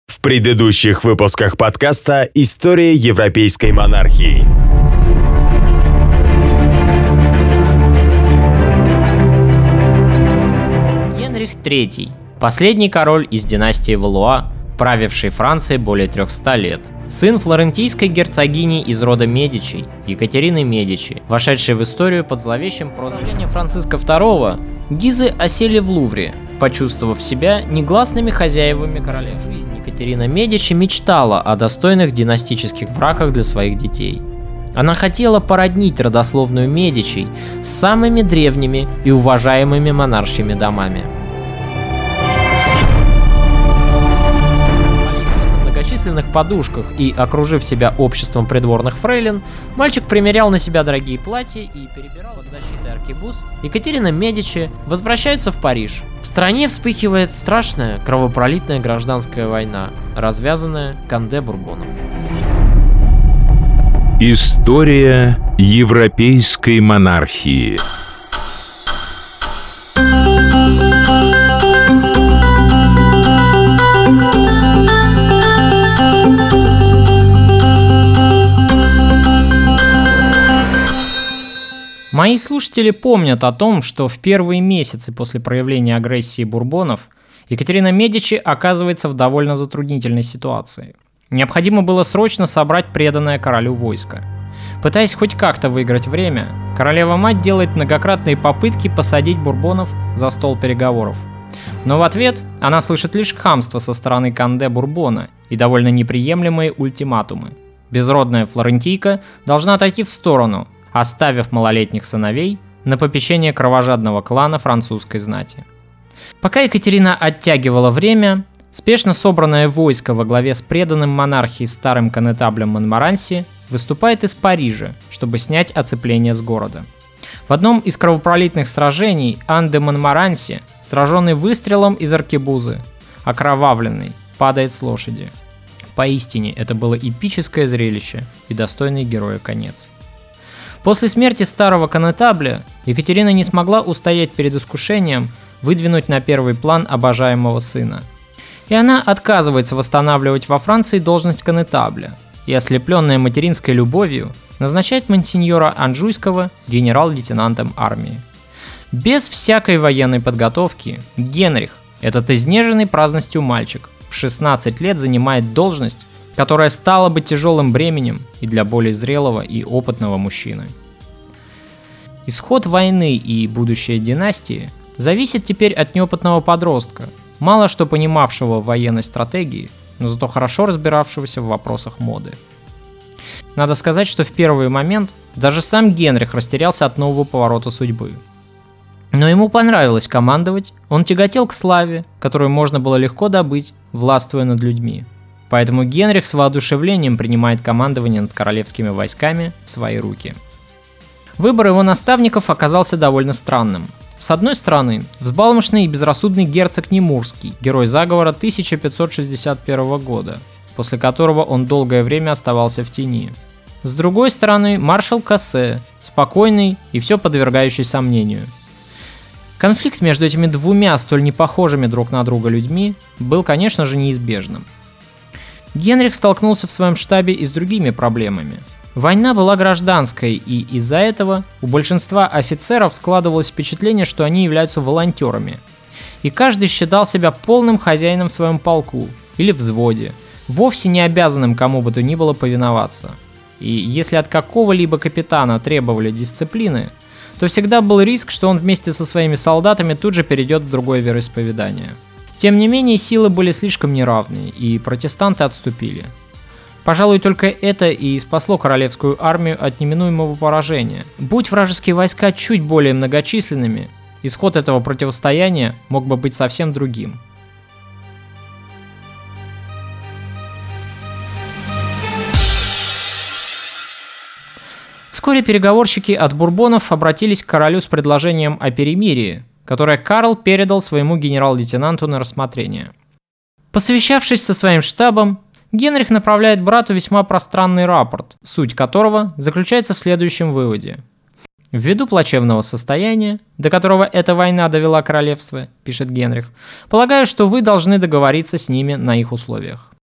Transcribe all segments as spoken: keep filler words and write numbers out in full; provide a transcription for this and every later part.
В предыдущих выпусках подкаста «История европейской монархии». Генрих третий. Последний король из династии Валуа, правивший Францией более трехсот лет. Сын флорентийской герцогини из рода Медичи, Екатерины Медичи, вошедшей в историю под зловещим прозвищем Франциска второго, Гизы осели в Лувре, почувствовав себя негласными хозяевами королевы. Жизнь Екатерина Медичи мечтала о достойных династических браках для своих детей. Она хотела породнить родословную Медичей с самыми древними и уважаемыми монаршими домами. В многочисленных подушках и окружив себя обществом придворных фрейлин, мальчик примерял на себя дорогие платья и перебирал под защитой аркебуз. Екатерина Медичи возвращается в Париж. В стране вспыхивает страшная кровопролитная гражданская война, развязанная Канде Бурбоном. История европейской монархии. Мои слушатели помнят о том, что в первые месяцы после проявления агрессии бурбонов Екатерина Медичи оказывается в довольно затруднительной ситуации. Необходимо было срочно собрать преданное королю войско. Пытаясь хоть как-то выиграть время, королева-мать делает многократные попытки посадить бурбонов за стол переговоров. Но в ответ она слышит лишь хамство со стороны Канде Бурбона и довольно неприемлемые ультиматумы. Безродная флорентийка должна отойти в сторону, оставив малолетних сыновей на попечение кровожадного клана французской знати. Пока Екатерина оттягивала время, спешно собранное войско во главе с преданным монархии старым коннетаблем Монмаранси выступает из Парижа, чтобы снять оцепление с города. В одном из кровопролитных сражений Ан де Монмаранси, сраженный выстрелом из аркебузы, окровавленный, падает с лошади. Поистине, это было эпическое зрелище и достойный героя конец. После смерти старого коннетабля Екатерина не смогла устоять перед искушением выдвинуть на первый план обожаемого сына. И она отказывается восстанавливать во Франции должность коннетабля и, ослепленная материнской любовью, назначает монсеньора Анжуйского генерал-лейтенантом армии. Без всякой военной подготовки Генрих, этот изнеженный праздностью мальчик, в шестнадцать лет занимает должность, которая стала бы тяжелым бременем и для более зрелого и опытного мужчины. Исход войны и будущее династии зависит теперь от неопытного подростка, мало что понимавшего в военной стратегии, но зато хорошо разбиравшегося в вопросах моды. Надо сказать, что в первый момент даже сам Генрих растерялся от нового поворота судьбы. Но ему понравилось командовать, он тяготел к славе, которую можно было легко добыть, властвуя над людьми. Поэтому Генрих с воодушевлением принимает командование над королевскими войсками в свои руки. Выбор его наставников оказался довольно странным. С одной стороны, взбалмошный и безрассудный герцог Немурский, герой заговора тысяча пятьсот шестьдесят первого года, после которого он долгое время оставался в тени. С другой стороны, маршал Кассе, спокойный и все подвергающий сомнению. Конфликт между этими двумя столь непохожими друг на друга людьми был, конечно же, неизбежным. Генрих столкнулся в своем штабе и с другими проблемами. Война была гражданской, и из-за этого у большинства офицеров складывалось впечатление, что они являются волонтерами. И каждый считал себя полным хозяином в своем полку или взводе, вовсе не обязанным кому бы то ни было повиноваться. И если от какого-либо капитана требовали дисциплины, то всегда был риск, что он вместе со своими солдатами тут же перейдет в другое вероисповедание. Тем не менее, силы были слишком неравные, и протестанты отступили. Пожалуй, только это и спасло королевскую армию от неминуемого поражения. Будь вражеские войска чуть более многочисленными, исход этого противостояния мог бы быть совсем другим. Вскоре переговорщики от бурбонов обратились к королю с предложением о перемирии, которое Карл передал своему генерал-лейтенанту на рассмотрение. Посовещавшись со своим штабом, Генрих направляет брату весьма пространный рапорт, суть которого заключается в следующем выводе. Ввиду плачевного состояния, до которого эта война довела королевство, пишет Генрих, полагаю, что вы должны договориться с ними на их условиях.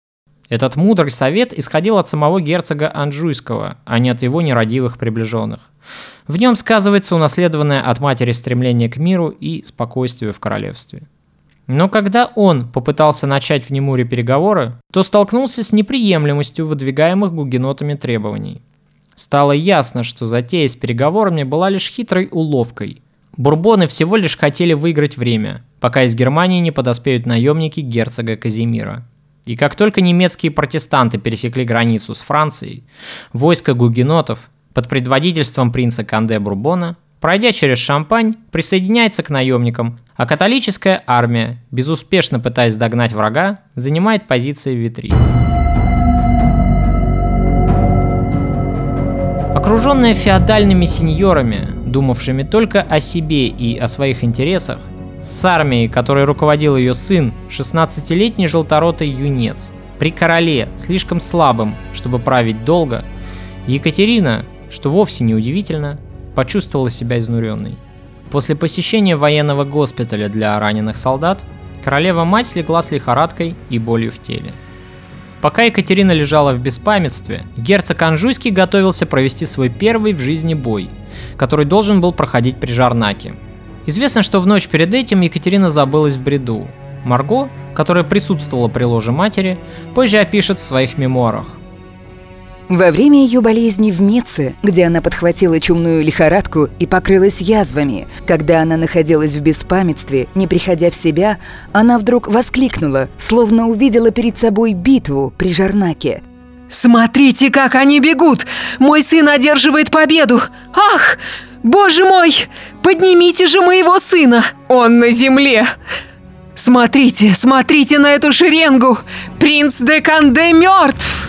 Этот мудрый совет исходил от самого герцога Анжуйского, а не от его нерадивых приближенных. В нем сказывается унаследованное от матери стремление к миру и спокойствию в королевстве. Но когда он попытался начать в Немуре переговоры, то столкнулся с неприемлемостью выдвигаемых гугенотами требований. Стало ясно, что затея с переговорами была лишь хитрой уловкой. Бурбоны всего лишь хотели выиграть время, пока из Германии не подоспеют наемники герцога Казимира. И как только немецкие протестанты пересекли границу с Францией, войско гугенотов под предводительством принца Канде Бурбона, пройдя через Шампань, присоединяется к наемникам, а католическая армия, безуспешно пытаясь догнать врага, занимает позиции в Витри. Окруженная феодальными сеньорами, думавшими только о себе и о своих интересах, с армией, которой руководил ее сын, шестнадцатилетний желторотый юнец, при короле, слишком слабым, чтобы править долго, Екатерина, что вовсе не удивительно, почувствовала себя изнуренной. После посещения военного госпиталя для раненых солдат, королева-мать слегла с лихорадкой и болью в теле. Пока Екатерина лежала в беспамятстве, герцог Анжуйский готовился провести свой первый в жизни бой, который должен был проходить при Жарнаке. Известно, что в ночь перед этим Екатерина забылась в бреду. Марго, которая присутствовала при ложе матери, позже опишет в своих мемуарах. Во время ее болезни в Меце, где она подхватила чумную лихорадку и покрылась язвами, когда она находилась в беспамятстве, не приходя в себя, она вдруг воскликнула, словно увидела перед собой битву при Жарнаке. «Смотрите, как они бегут! Мой сын одерживает победу! Ах, боже мой! Поднимите же моего сына! Он на земле! Смотрите, смотрите на эту шеренгу! Принц де Канде мертв!»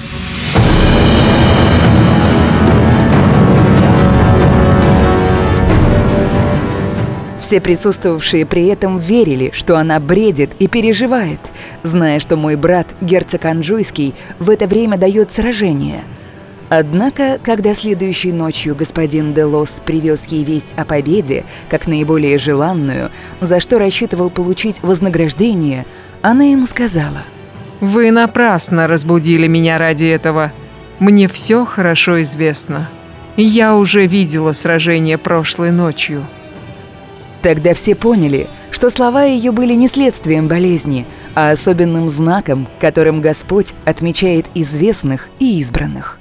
Все присутствовавшие при этом верили, что она бредит и переживает, зная, что мой брат, герцог Анжуйский, в это время дает сражение. Однако, когда следующей ночью господин де Лос привез ей весть о победе, как наиболее желанную, за что рассчитывал получить вознаграждение, она ему сказала: «Вы напрасно разбудили меня ради этого. Мне все хорошо известно. Я уже видела сражение прошлой ночью». Тогда все поняли, что слова ее были не следствием болезни, а особенным знаком, которым Господь отмечает известных и избранных.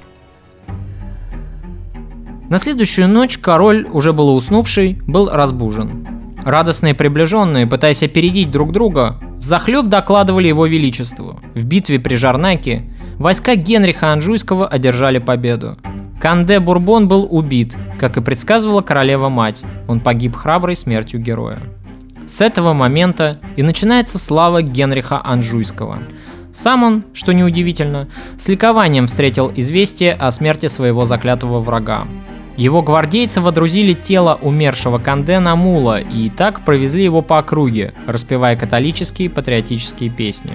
На следующую ночь король, уже было уснувший, был разбужен. Радостные приближенные, пытаясь опередить друг друга, взахлеб докладывали его величеству. В битве при Жарнаке войска Генриха Анжуйского одержали победу. Канде Бурбон был убит, как и предсказывала королева-мать, он погиб храброй смертью героя. С этого момента и начинается слава Генриха Анжуйского. Сам он, что неудивительно, с ликованием встретил известие о смерти своего заклятого врага. Его гвардейцы водрузили тело умершего Канде на мула и так провезли его по округе, распевая католические патриотические песни.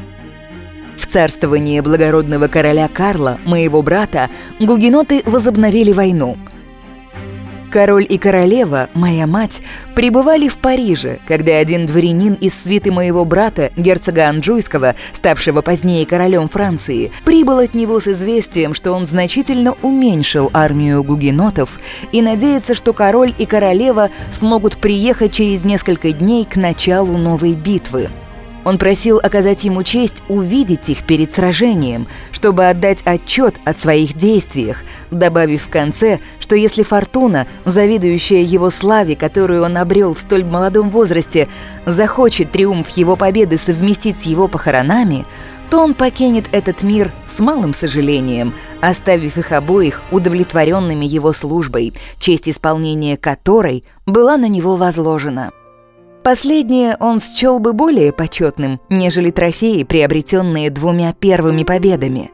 В царствовании благородного короля Карла, моего брата, гугеноты возобновили войну. Король и королева, моя мать, пребывали в Париже, когда один дворянин из свиты моего брата, герцога Анжуйского, ставшего позднее королем Франции, прибыл от него с известием, что он значительно уменьшил армию гугенотов и надеется, что король и королева смогут приехать через несколько дней к началу новой битвы. Он просил оказать ему честь увидеть их перед сражением, чтобы отдать отчет о своих действиях, добавив в конце, что если Фортуна, завидующая его славе, которую он обрел в столь молодом возрасте, захочет триумф его победы совместить с его похоронами, то он покинет этот мир с малым сожалением, оставив их обоих удовлетворенными его службой, честь исполнения которой была на него возложена. Последнее он счел бы более почетным, нежели трофеи, приобретенные двумя первыми победами.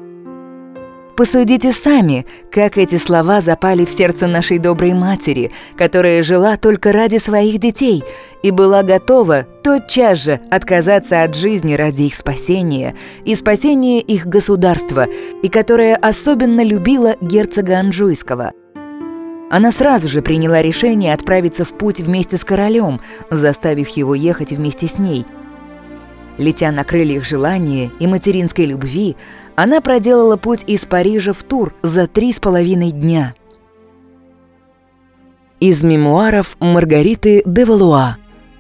Посудите сами, как эти слова запали в сердце нашей доброй матери, которая жила только ради своих детей и была готова тотчас же отказаться от жизни ради их спасения и спасения их государства, и которая особенно любила герцога Анжуйского. Она сразу же приняла решение отправиться в путь вместе с королем, заставив его ехать вместе с ней. Летя на крыльях желания и материнской любви, она проделала путь из Парижа в Тур за три с половиной дня. Из мемуаров Маргариты де Валуа.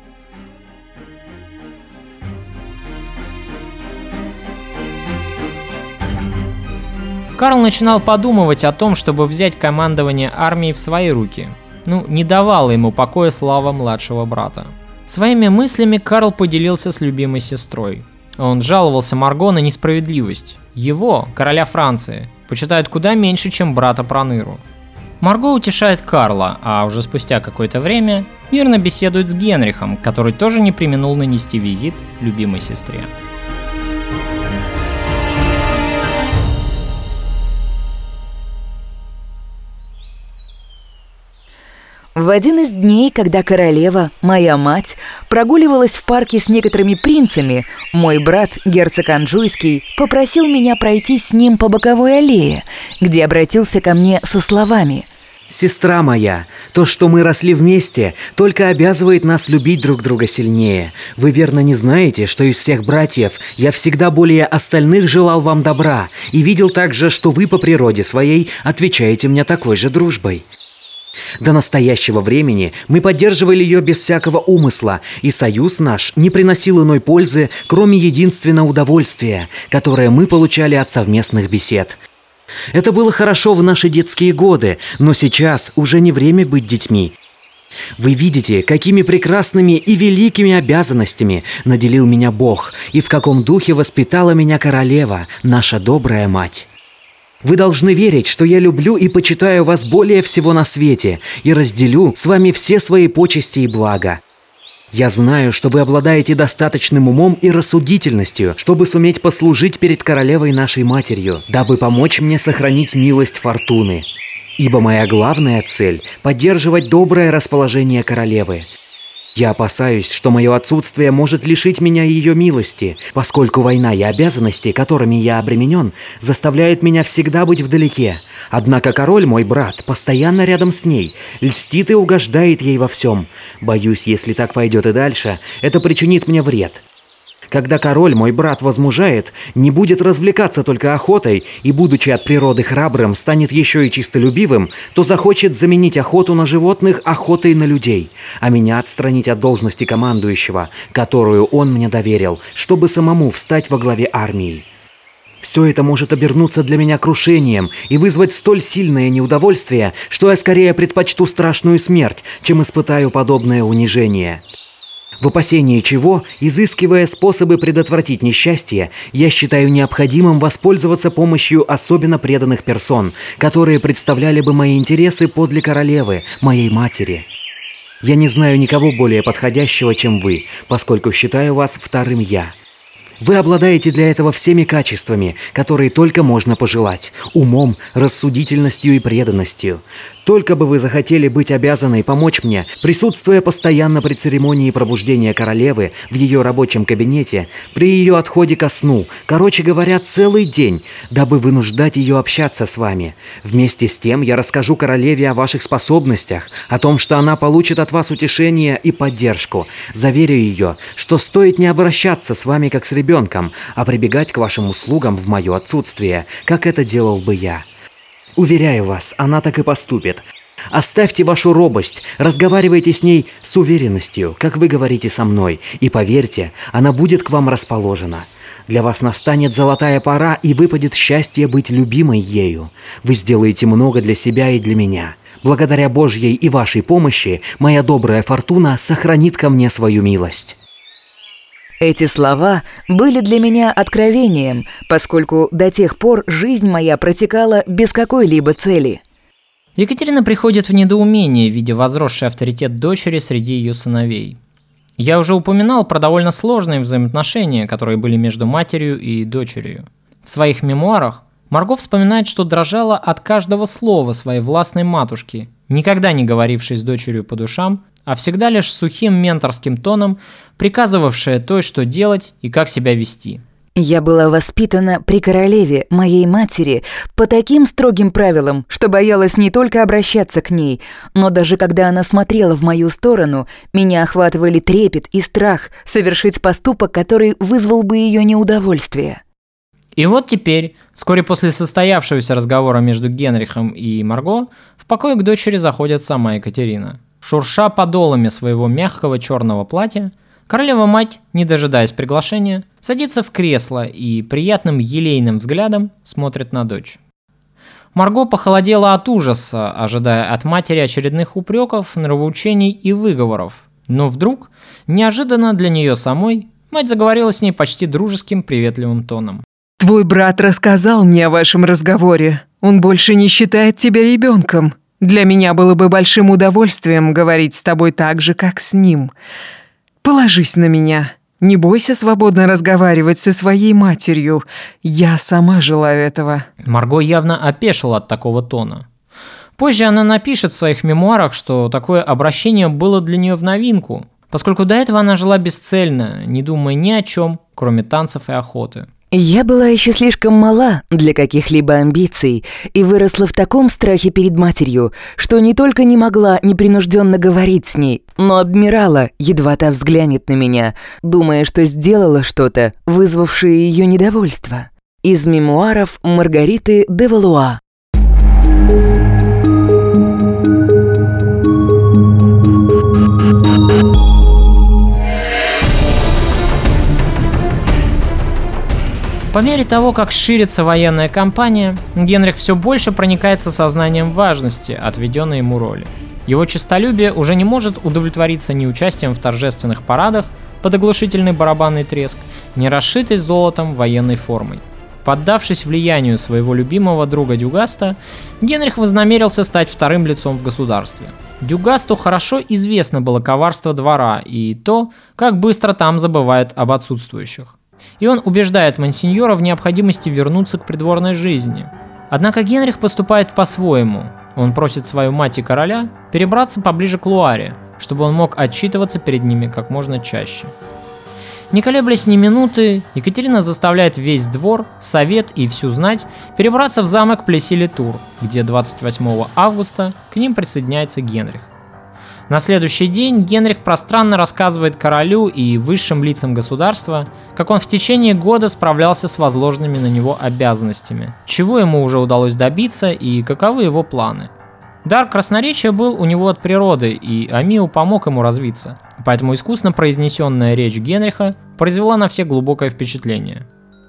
Карл начинал подумывать о том, чтобы взять командование армией в свои руки. Ну, не давала ему покоя слава младшего брата. Своими мыслями Карл поделился с любимой сестрой. Он жаловался Марго на несправедливость. Его, короля Франции, почитают куда меньше, чем брата Проныру. Марго утешает Карла, а уже спустя какое-то время мирно беседует с Генрихом, который тоже не преминул нанести визит любимой сестре. В один из дней, когда королева, моя мать, прогуливалась в парке с некоторыми принцами, мой брат, герцог Анжуйский, попросил меня пройти с ним по боковой аллее, где обратился ко мне со словами: «Сестра моя, то, что мы росли вместе, только обязывает нас любить друг друга сильнее. Вы верно не знаете, что из всех братьев я всегда более остальных желал вам добра и видел также, что вы по природе своей отвечаете мне такой же дружбой. До настоящего времени мы поддерживали ее без всякого умысла, и союз наш не приносил иной пользы, кроме единственного удовольствия, которое мы получали от совместных бесед. Это было хорошо в наши детские годы, но сейчас уже не время быть детьми. Вы видите, какими прекрасными и великими обязанностями наделил меня Бог, и в каком духе воспитала меня королева, наша добрая мать. Вы должны верить, что я люблю и почитаю вас более всего на свете и разделю с вами все свои почести и блага. Я знаю, что вы обладаете достаточным умом и рассудительностью, чтобы суметь послужить перед королевой нашей матерью, дабы помочь мне сохранить милость фортуны. Ибо моя главная цель – поддерживать доброе расположение королевы. Я опасаюсь, что мое отсутствие может лишить меня ее милости, поскольку война и обязанности, которыми я обременен, заставляют меня всегда быть вдалеке. Однако король, мой брат, постоянно рядом с ней, льстит и угождает ей во всем. Боюсь, если так пойдет и дальше, это причинит мне вред. Когда король, мой брат, возмужает, не будет развлекаться только охотой и, будучи от природы храбрым, станет еще и чистолюбивым, то захочет заменить охоту на животных охотой на людей, а меня отстранить от должности командующего, которую он мне доверил, чтобы самому встать во главе армии. Все это может обернуться для меня крушением и вызвать столь сильное неудовольствие, что я скорее предпочту страшную смерть, чем испытаю подобное унижение. В опасении чего, изыскивая способы предотвратить несчастье, я считаю необходимым воспользоваться помощью особенно преданных персон, которые представляли бы мои интересы подле королевы, моей матери. Я не знаю никого более подходящего, чем вы, поскольку считаю вас вторым «я». Вы обладаете для этого всеми качествами, которые только можно пожелать – умом, рассудительностью и преданностью. Только бы вы захотели быть обязаны помочь мне, присутствуя постоянно при церемонии пробуждения королевы в ее рабочем кабинете, при ее отходе ко сну, короче говоря, целый день, дабы вынуждать ее общаться с вами. Вместе с тем я расскажу королеве о ваших способностях, о том, что она получит от вас утешение и поддержку. Заверю ее, что стоит не обращаться с вами как с ребенком, а прибегать к вашим услугам в мое отсутствие, как это делал бы я. Уверяю вас, она так и поступит. Оставьте вашу робость, разговаривайте с ней с уверенностью, как вы говорите со мной, и поверьте, она будет к вам расположена. Для вас настанет золотая пора, и выпадет счастье быть любимой ею. Вы сделаете много для себя и для меня. Благодаря Божьей и вашей помощи, моя добрая фортуна сохранит ко мне свою милость». Эти слова были для меня откровением, поскольку до тех пор жизнь моя протекала без какой-либо цели. Екатерина приходит в недоумение, видя возросший авторитет дочери среди ее сыновей. Я уже упоминал про довольно сложные взаимоотношения, которые были между матерью и дочерью. В своих мемуарах Марго вспоминает, что дрожала от каждого слова своей властной матушки, никогда не говорившей с дочерью по душам, а всегда лишь сухим менторским тоном, приказывавшая той, что делать и как себя вести. Я была воспитана при королеве, моей матери, по таким строгим правилам, что боялась не только обращаться к ней, но даже когда она смотрела в мою сторону, меня охватывали трепет и страх совершить поступок, который вызвал бы ее неудовольствие. И вот теперь, вскоре после состоявшегося разговора между Генрихом и Марго, в покое к дочери заходит сама Екатерина. Шурша подолами своего мягкого черного платья, королева-мать, не дожидаясь приглашения, садится в кресло и приятным елейным взглядом смотрит на дочь. Марго похолодела от ужаса, ожидая от матери очередных упреков, нравоучений и выговоров. Но вдруг, неожиданно для нее самой, мать заговорила с ней почти дружеским, приветливым тоном. Твой брат рассказал мне о вашем разговоре. Он больше не считает тебя ребенком. Для меня было бы большим удовольствием говорить с тобой так же, как с ним. Положись на меня. Не бойся свободно разговаривать со своей матерью. Я сама желаю этого». Марго явно опешила от такого тона. Позже она напишет в своих мемуарах, что такое обращение было для нее в новинку, поскольку до этого она жила бесцельно, не думая ни о чем, кроме танцев и охоты. Я была еще слишком мала для каких-либо амбиций и выросла в таком страхе перед матерью, что не только не могла непринужденно говорить с ней, но обмирала, едва та взглянет на меня, думая, что сделала что-то, вызвавшее ее недовольство. Из мемуаров Маргариты де Валуа. По мере того, как ширится военная кампания, Генрих все больше проникается сознанием важности отведенной ему роли. Его честолюбие уже не может удовлетвориться ни участием в торжественных парадах под оглушительный барабанный треск, ни расшитой золотом военной формой. Поддавшись влиянию своего любимого друга Дюгаста, Генрих вознамерился стать вторым лицом в государстве. Дюгасту хорошо известно было коварство двора и то, как быстро там забывают об отсутствующих. И он убеждает Монсеньора в необходимости вернуться к придворной жизни. Однако Генрих поступает по-своему. Он просит свою мать и короля перебраться поближе к Луаре, чтобы он мог отчитываться перед ними как можно чаще. Не колеблясь ни минуты, Екатерина заставляет весь двор, совет и всю знать перебраться в замок Плесси-ле-Тур, где двадцать восьмого августа к ним присоединяется Генрих. На следующий день Генрих пространно рассказывает королю и высшим лицам государства, как он в течение года справлялся с возложенными на него обязанностями, чего ему уже удалось добиться и каковы его планы. Дар красноречия был у него от природы, и Амиу помог ему развиться, поэтому искусно произнесенная речь Генриха произвела на всех глубокое впечатление.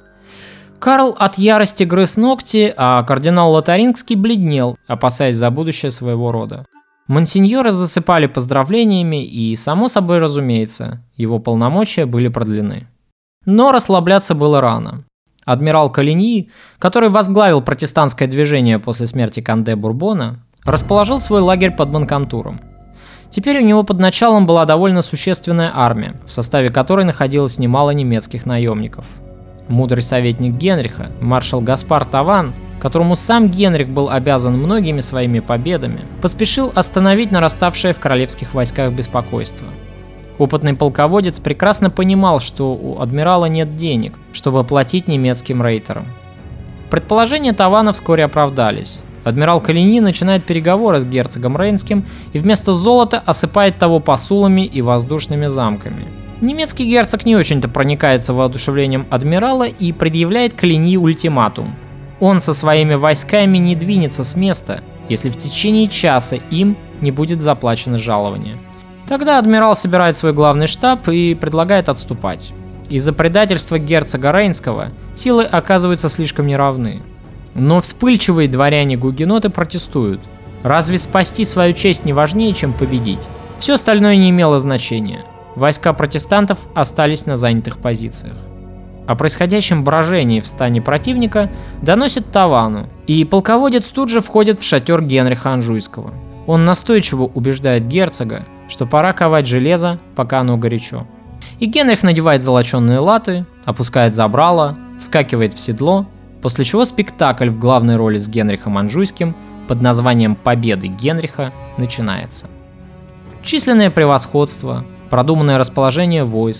Карл от ярости грыз ногти, а кардинал Лотарингский бледнел, опасаясь за будущее своего рода. Монсеньора засыпали поздравлениями, и, само собой разумеется, его полномочия были продлены. Но расслабляться было рано. Адмирал Коligny, который возглавил протестантское движение после смерти Канде Бурбона, расположил свой лагерь под Монкантуром. Теперь у него под началом была довольно существенная армия, в составе которой находилось немало немецких наемников. Мудрый советник Генриха, маршал Гаспар Таван, которому сам Генрих был обязан многими своими победами, поспешил остановить нараставшее в королевских войсках беспокойство. Опытный полководец прекрасно понимал, что у адмирала нет денег, чтобы платить немецким рейтерам. Предположения Тавана вскоре оправдались. Адмирал Коligny начинает переговоры с герцогом Рейнским и вместо золота осыпает того посулами и воздушными замками. Немецкий герцог не очень-то проникается воодушевлением адмирала и предъявляет Коligny ультиматум. Он со своими войсками не двинется с места, если в течение часа им не будет заплачено жалование. Тогда адмирал собирает свой главный штаб и предлагает отступать. Из-за предательства герцога Рейнского силы оказываются слишком неравны. Но вспыльчивые дворяне-гугеноты протестуют. Разве спасти свою честь не важнее, чем победить? Все остальное не имело значения. Войска протестантов остались на занятых позициях. О происходящем брожении в стане противника доносит Тавану, и полководец тут же входит в шатер Генриха Анжуйского. Он настойчиво убеждает герцога, что пора ковать железо, пока оно горячо. И Генрих надевает золоченые латы, опускает забрало, вскакивает в седло, после чего спектакль в главной роли с Генрихом Анжуйским под названием «Победы Генриха» начинается. Численное превосходство, продуманное расположение войск,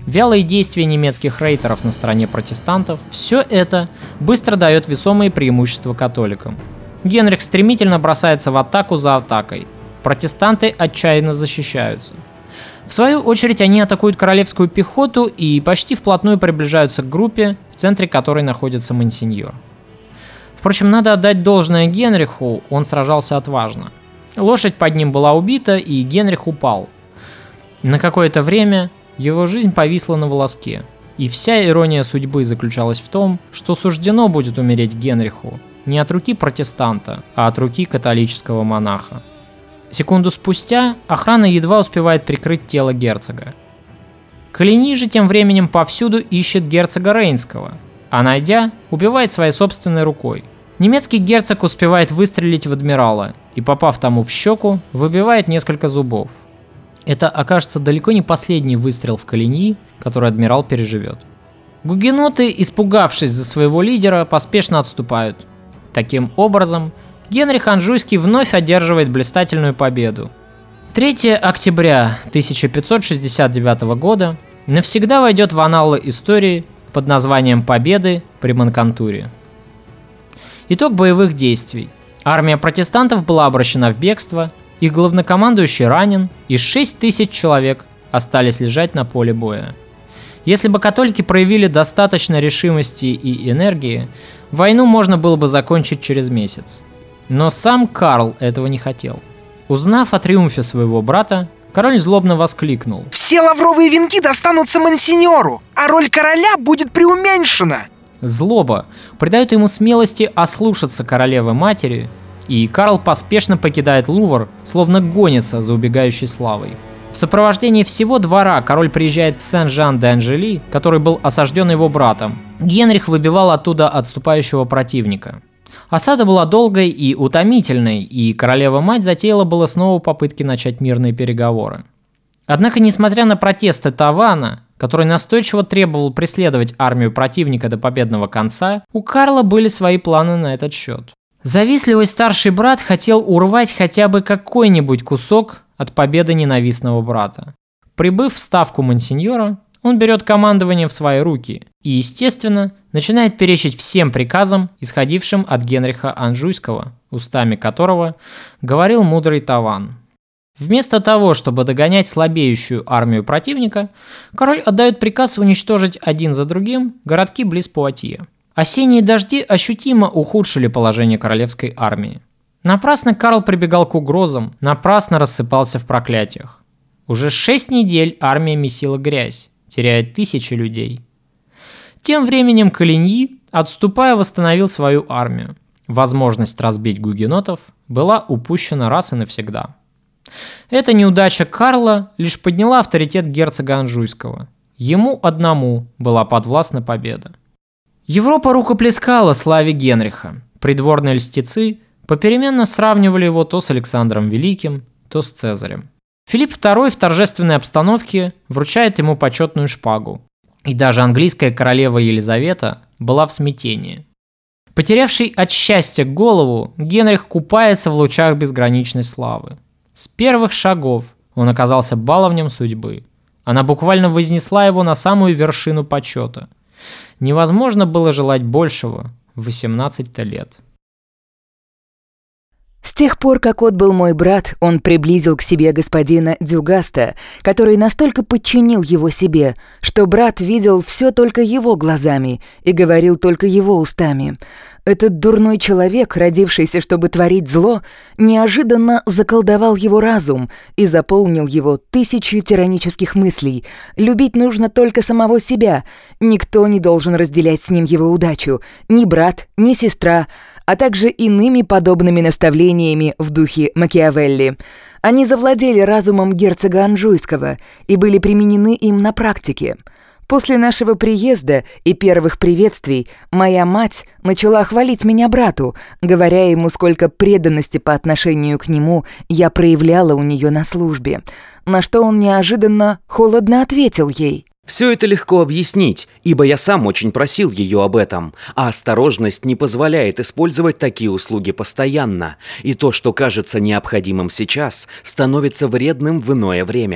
вялые действия немецких рейтеров на стороне протестантов – все это быстро дает весомые преимущества католикам. Генрих стремительно бросается в атаку за атакой. Протестанты отчаянно защищаются. В свою очередь они атакуют королевскую пехоту и почти вплотную приближаются к группе, в центре которой находится Монсеньор. Впрочем, надо отдать должное Генриху, он сражался отважно. Лошадь под ним была убита, и Генрих упал. На какое-то время его жизнь повисла на волоске, и вся ирония судьбы заключалась в том, что суждено будет умереть Генриху не от руки протестанта, а от руки католического монаха. Секунду спустя охрана едва успевает прикрыть тело герцога. Коligny же тем временем повсюду ищет герцога Рейнского, а найдя, убивает своей собственной рукой. Немецкий герцог успевает выстрелить в адмирала и, попав тому в щеку, выбивает несколько зубов. Это окажется далеко не последний выстрел в Коligny, который адмирал переживет. Гугеноты, испугавшись за своего лидера, поспешно отступают. Таким образом, Генрих Анжуйский вновь одерживает блистательную победу. третьего октября тысяча пятьсот шестьдесят девятого года навсегда войдет в анналы истории под названием «Победы при Манкантуре». Итог боевых действий. Армия протестантов была обращена в бегство, их главнокомандующий ранен, и шесть тысяч человек остались лежать на поле боя. Если бы католики проявили достаточно решимости и энергии, войну можно было бы закончить через месяц. Но сам Карл этого не хотел. Узнав о триумфе своего брата, король злобно воскликнул: «Все лавровые венки достанутся Монсеньору, а роль короля будет преуменьшена!» Злоба придает ему смелости ослушаться королевы-матери, и Карл поспешно покидает Лувр, словно гонится за убегающей славой. В сопровождении всего двора король приезжает в Сен-Жан-де-Анжели, который был осажден его братом. Генрих выбивал оттуда отступающего противника. Осада была долгой и утомительной, и королева-мать затеяла было снова попытки начать мирные переговоры. Однако, несмотря на протесты Тавана, который настойчиво требовал преследовать армию противника до победного конца, у Карла были свои планы на этот счет. Завистливый старший брат хотел урвать хотя бы какой-нибудь кусок от победы ненавистного брата. Прибыв в ставку Монсеньора, он берет командование в свои руки и, естественно, начинает перечить всем приказам, исходившим от Генриха Анжуйского, устами которого говорил мудрый Таван. Вместо того, чтобы догонять слабеющую армию противника, король отдает приказ уничтожить один за другим городки близ Пуатье. Осенние дожди ощутимо ухудшили положение королевской армии. Напрасно Карл прибегал к угрозам, напрасно рассыпался в проклятиях. Уже шесть недель армия месила грязь, теряя тысячи людей. Тем временем Coligny, отступая, восстановил свою армию. Возможность разбить гугенотов была упущена раз и навсегда. Эта неудача Карла лишь подняла авторитет герцога Анжуйского. Ему одному была подвластна победа. Европа рукоплескала славе Генриха. Придворные льстецы попеременно сравнивали его то с Александром Великим, то с Цезарем. Филипп второй в торжественной обстановке вручает ему почетную шпагу. И даже английская королева Елизавета была в смятении. Потерявший от счастья голову, Генрих купается в лучах безграничной славы. С первых шагов он оказался баловнем судьбы. Она буквально вознесла его на самую вершину почета. Невозможно было желать большего в восемнадцать лет. С тех пор, как отбыл мой брат, он приблизил к себе господина Дюгаста, который настолько подчинил его себе, что брат видел все только его глазами и говорил только его устами. Этот дурной человек, родившийся, чтобы творить зло, неожиданно заколдовал его разум и заполнил его тысячью тиранических мыслей. Любить нужно только самого себя, никто не должен разделять с ним его удачу, ни брат, ни сестра, а также иными подобными наставлениями в духе Макиавелли. Они завладели разумом герцога Анжуйского и были применены им на практике. После нашего приезда и первых приветствий моя мать начала хвалить меня брату, говоря ему, сколько преданности по отношению к нему я проявляла у нее на службе, на что он неожиданно холодно ответил ей: Все это легко объяснить, ибо я сам очень просил ее об этом, а осторожность не позволяет использовать такие услуги постоянно, и то, что кажется необходимым сейчас, становится вредным в иное время.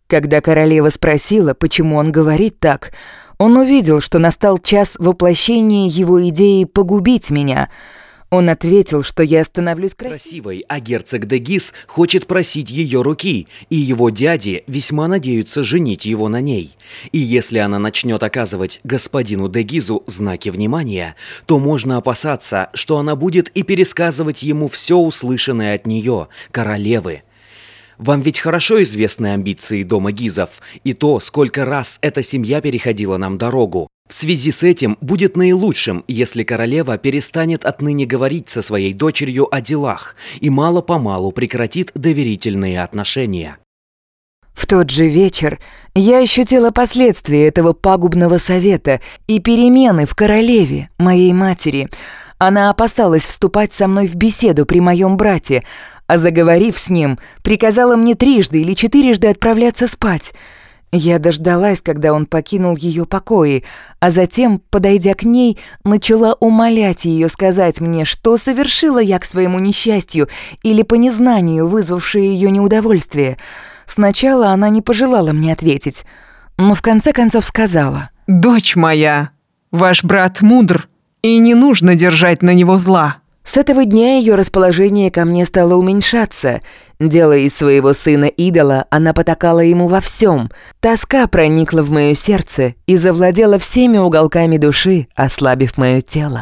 Когда королева спросила, почему он говорит так, он увидел, что настал час воплощения его идеи погубить меня. Он ответил, что я становлюсь красивой. Красивой, а герцог де Гиз хочет просить ее руки, и его дяди весьма надеются женить его на ней. И если она начнет оказывать господину де Гизу знаки внимания, то можно опасаться, что она будет и пересказывать ему все услышанное от нее, королевы. Вам ведь хорошо известны амбиции дома Гизов и то, сколько раз эта семья переходила нам дорогу. В связи с этим будет наилучшим, если королева перестанет отныне говорить со своей дочерью о делах и мало-помалу прекратит доверительные отношения. В тот же вечер я ощутила последствия этого пагубного совета и перемены в королеве, моей матери. Она опасалась вступать со мной в беседу при моем брате, а заговорив с ним, приказала мне трижды или четырежды отправляться спать. Я дождалась, когда он покинул ее покои, а затем, подойдя к ней, начала умолять ее сказать мне, что совершила я к своему несчастью или по незнанию, вызвавшее ее неудовольствие. Сначала она не пожелала мне ответить, но в конце концов сказала: «Дочь моя, ваш брат мудр, и не нужно держать на него зла». С этого дня ее расположение ко мне стало уменьшаться. Делая из своего сына идола, она потакала ему во всем. Тоска проникла в мое сердце и завладела всеми уголками души, ослабив мое тело.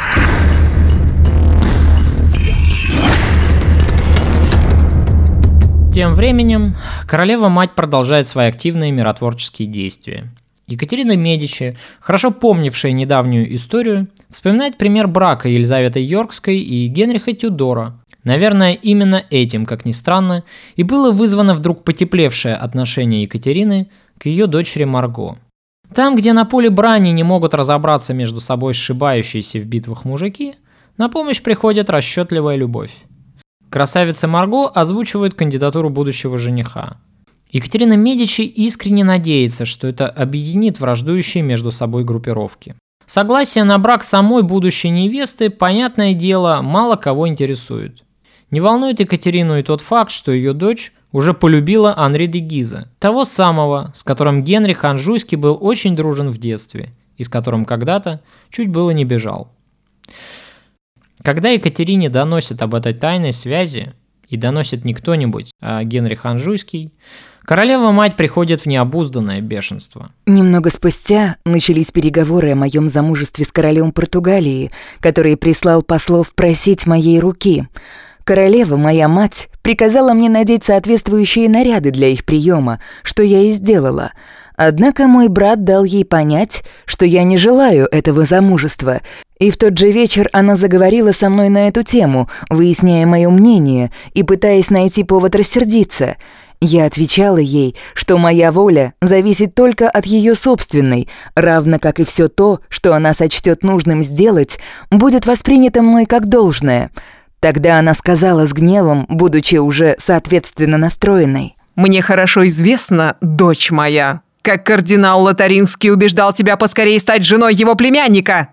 Тем временем королева-мать продолжает свои активные миротворческие действия. Екатерина Медичи, хорошо помнившая недавнюю историю, вспоминает пример брака Елизаветы Йоркской и Генриха Тюдора. Наверное, именно этим, как ни странно, и было вызвано вдруг потеплевшее отношение Екатерины к ее дочери Марго. Там, где на поле брани не могут разобраться между собой сшибающиеся в битвах мужики, на помощь приходит расчетливая любовь. Красавица Марго озвучивает кандидатуру будущего жениха. Екатерина Медичи искренне надеется, что это объединит враждующие между собой группировки. Согласие на брак самой будущей невесты, понятное дело, мало кого интересует. Не волнует Екатерину и тот факт, что ее дочь уже полюбила Анри де Гиза, того самого, с которым Генрих Анжуйский был очень дружен в детстве и с которым когда-то чуть было не бежал. Когда Екатерине доносят об этой тайной связи, и доносит не кто-нибудь, а Генрих Анжуйский, королева-мать приходит в необузданное бешенство. Немного спустя начались переговоры о моем замужестве с королем Португалии, который прислал послов просить моей руки. Королева, моя мать, приказала мне надеть соответствующие наряды для их приема, что я и сделала. Однако мой брат дал ей понять, что я не желаю этого замужества, и в тот же вечер она заговорила со мной на эту тему, выясняя мое мнение и пытаясь найти повод рассердиться. Я отвечала ей, что моя воля зависит только от ее собственной, равно как и все то, что она сочтет нужным сделать, будет воспринято мной как должное. Тогда она сказала с гневом, будучи уже соответственно настроенной: «Мне хорошо известно, дочь моя, как кардинал Лотарингский убеждал тебя поскорее стать женой его племянника.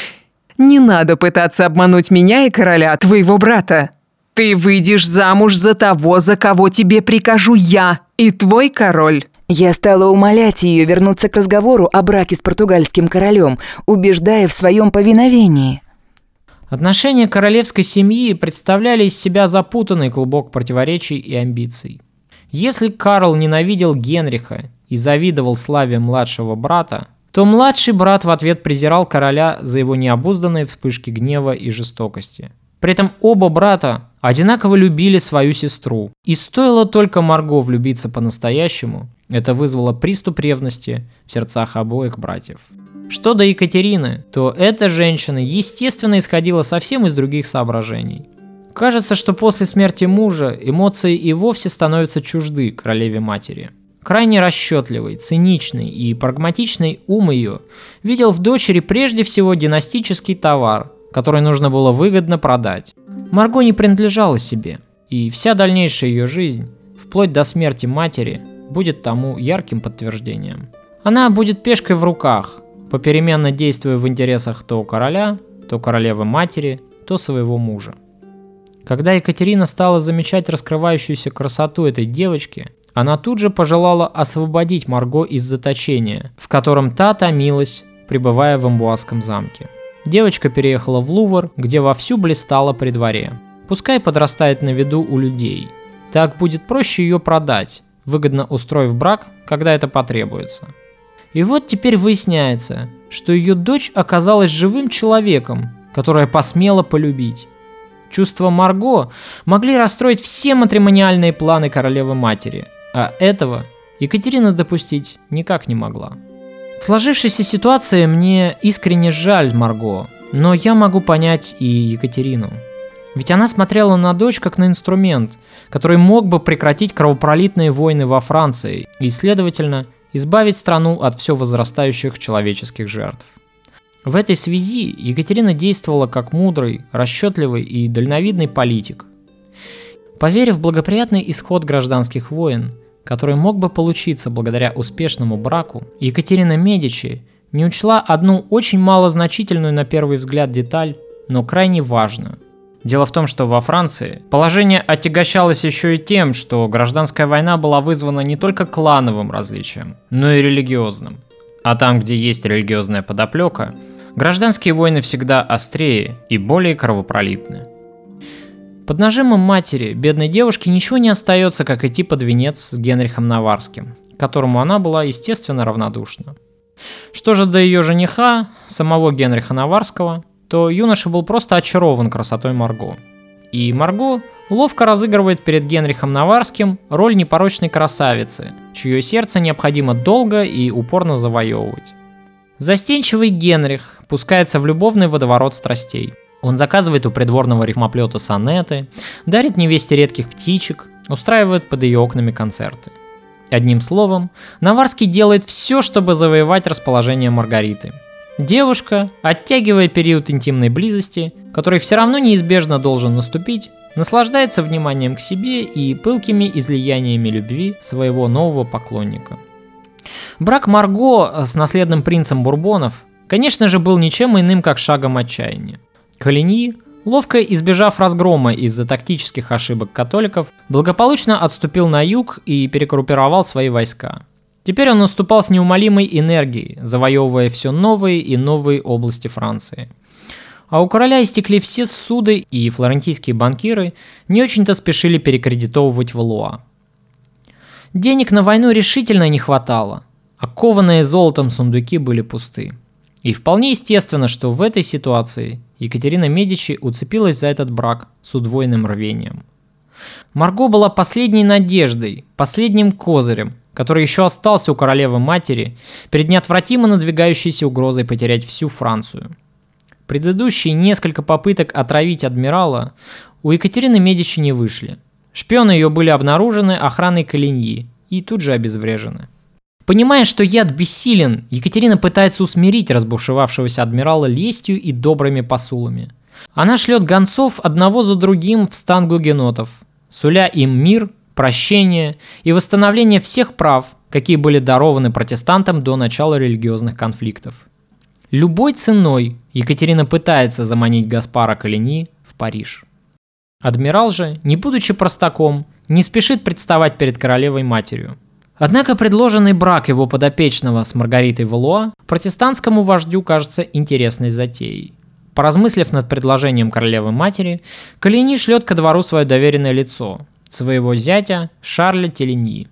Не надо пытаться обмануть меня и короля, твоего брата. Ты выйдешь замуж за того, за кого тебе прикажу я и твой король». Я стала умолять ее вернуться к разговору о браке с португальским королем, убеждая в своем повиновении. Отношения королевской семьи представляли из себя запутанный клубок противоречий и амбиций. Если Карл ненавидел Генриха и завидовал славе младшего брата, то младший брат в ответ презирал короля за его необузданные вспышки гнева и жестокости. При этом оба брата одинаково любили свою сестру, и стоило только Марго влюбиться по-настоящему, это вызвало приступ ревности в сердцах обоих братьев. Что до Екатерины, то эта женщина, естественно, исходила совсем из других соображений. Кажется, что после смерти мужа эмоции и вовсе становятся чужды королеве-матери. Крайне расчетливый, циничный и прагматичный ум ее видел в дочери прежде всего династический товар, который нужно было выгодно продать. Марго не принадлежала себе, и вся дальнейшая ее жизнь, вплоть до смерти матери, будет тому ярким подтверждением. Она будет пешкой в руках, попеременно действуя в интересах то короля, то королевы-матери, то своего мужа. Когда Екатерина стала замечать раскрывающуюся красоту этой девочки, Она тут же пожелала освободить Марго из заточения, в котором та томилась, пребывая в Амбуазском замке. Девочка переехала в Лувр, где вовсю блистала при дворе. Пускай подрастает на виду у людей. Так будет проще ее продать, выгодно устроив брак, когда это потребуется. И вот теперь выясняется, что ее дочь оказалась живым человеком, которое посмела полюбить. Чувства Марго могли расстроить все матримониальные планы королевы-матери, а этого Екатерина допустить никак не могла. В сложившейся ситуации мне искренне жаль Марго, но я могу понять и Екатерину. Ведь она смотрела на дочь как на инструмент, который мог бы прекратить кровопролитные войны во Франции и, следовательно, избавить страну от все возрастающих человеческих жертв. В этой связи Екатерина действовала как мудрый, расчетливый и дальновидный политик. Поверив в благоприятный исход гражданских войн, который мог бы получиться благодаря успешному браку, Екатерина Медичи не учла одну очень малозначительную на первый взгляд деталь, но крайне важную. Дело в том, что во Франции положение отягощалось еще и тем, что гражданская война была вызвана не только клановым различием, но и религиозным. А там, где есть религиозная подоплека, гражданские войны всегда острее и более кровопролитны. Под нажимом матери бедной девушке ничего не остается, как идти под венец с Генрихом Наварским, к которому она была, естественно, равнодушна. Что же до ее жениха, самого Генриха Наварского, то юноша был просто очарован красотой Марго. И Марго ловко разыгрывает перед Генрихом Наварским роль непорочной красавицы, чье сердце необходимо долго и упорно завоевывать. Застенчивый Генрих пускается в любовный водоворот страстей. Он заказывает у придворного рифмоплета сонеты, дарит невесте редких птичек, устраивает под ее окнами концерты. Одним словом, Наварский делает все, чтобы завоевать расположение Маргариты. Девушка, оттягивая период интимной близости, который все равно неизбежно должен наступить, наслаждается вниманием к себе и пылкими излияниями любви своего нового поклонника. Брак Марго с наследным принцем Бурбонов, конечно же, был ничем иным, как шагом отчаяния. Коligny, ловко избежав разгрома из-за тактических ошибок католиков, благополучно отступил на юг и перегруппировал свои войска. Теперь он наступал с неумолимой энергией, завоевывая все новые и новые области Франции. А у короля истекли все суды, и флорентийские банкиры не очень-то спешили перекредитовывать Валуа. Денег на войну решительно не хватало, а кованые золотом сундуки были пусты. И вполне естественно, что в этой ситуации Екатерина Медичи уцепилась за этот брак с удвоенным рвением. Марго была последней надеждой, последним козырем, который еще остался у королевы-матери перед неотвратимо надвигающейся угрозой потерять всю Францию. Предыдущие несколько попыток отравить адмирала у Екатерины Медичи не вышли. Шпионы ее были обнаружены охраной Коligny и тут же обезврежены. Понимая, что яд бессилен, Екатерина пытается усмирить разбушевавшегося адмирала лестью и добрыми посулами. Она шлет гонцов одного за другим в стан гугенотов, суля им мир, прощение и восстановление всех прав, какие были дарованы протестантам до начала религиозных конфликтов. Любой ценой Екатерина пытается заманить Гаспара Коligny в Париж. Адмирал же, не будучи простаком, не спешит представать перед королевой-матерью. Однако предложенный брак его подопечного с Маргаритой Валуа протестантскому вождю кажется интересной затеей. Поразмыслив над предложением королевы-матери, Коligny шлет ко двору свое доверенное лицо, своего зятя Шарля Теligny.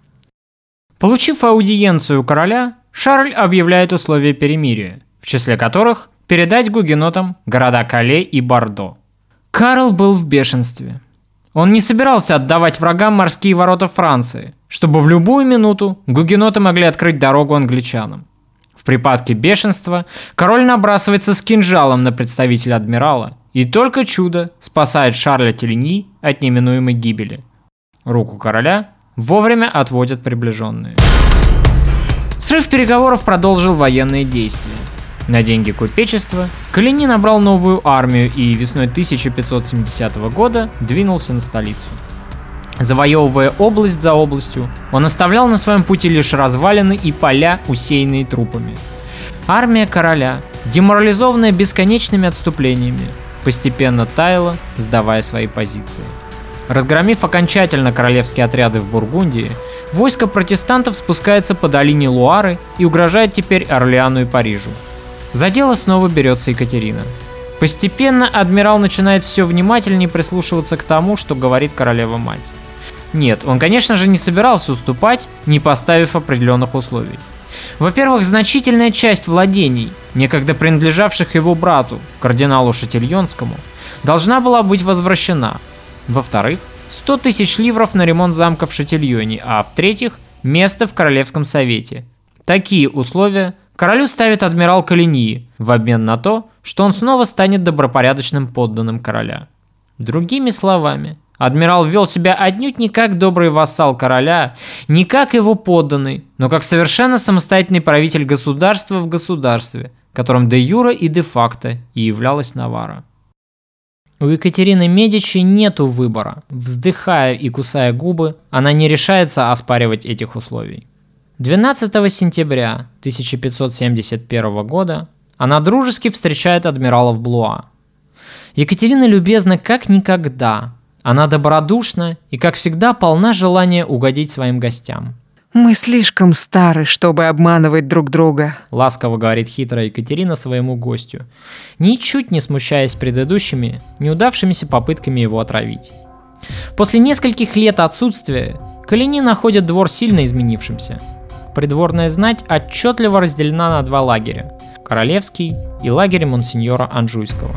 Получив аудиенцию у короля, Шарль объявляет условия перемирия, в числе которых передать гугенотам города Кале и Бордо. Карл был в бешенстве. Он не собирался отдавать врагам морские ворота Франции, чтобы в любую минуту гугеноты могли открыть дорогу англичанам. В припадке бешенства король набрасывается с кинжалом на представителя адмирала, и только чудо спасает Шарля Теligny от неминуемой гибели. Руку короля вовремя отводят приближенные. Срыв переговоров продолжил военные действия. На деньги купечества Коligny набрал новую армию и весной тысяча пятьсот семидесятого года двинулся на столицу. Завоевывая область за областью, он оставлял на своем пути лишь развалины и поля, усеянные трупами. Армия короля, деморализованная бесконечными отступлениями, постепенно таяла, сдавая свои позиции. Разгромив окончательно королевские отряды в Бургундии, войско протестантов спускается по долине Луары и угрожает теперь Орлеану и Парижу. За дело снова берется Екатерина. Постепенно адмирал начинает все внимательнее прислушиваться к тому, что говорит королева-мать. Нет, он, конечно же, не собирался уступать, не поставив определенных условий. Во-первых, значительная часть владений, некогда принадлежавших его брату, кардиналу Шатильонскому, должна была быть возвращена. Во-вторых, сто тысяч ливров на ремонт замка в Шатильоне, а в-третьих, место в Королевском совете. Такие условия королю ставит адмирал Коligny в обмен на то, что он снова станет добропорядочным подданным короля. Другими словами, адмирал вел себя отнюдь не как добрый вассал короля, не как его подданный, но как совершенно самостоятельный правитель государства в государстве, которым де юре и де факто и являлась Наварра. У Екатерины Медичи нету выбора. Вздыхая и кусая губы, она не решается оспаривать этих условий. двенадцатого сентября тысяча пятьсот семьдесят первого года она дружески встречает адмирала в Блуа. Екатерина любезна как никогда. Она добродушна и, как всегда, полна желания угодить своим гостям. Мы слишком стары, чтобы обманывать друг друга. Ласково говорит хитрая Екатерина своему гостю, ничуть не смущаясь предыдущими, неудавшимися попытками его отравить. После нескольких лет отсутствия Коligny находит двор сильно изменившимся. Придворная знать отчетливо разделена на два лагеря – королевский и лагерь монсеньора Анжуйского.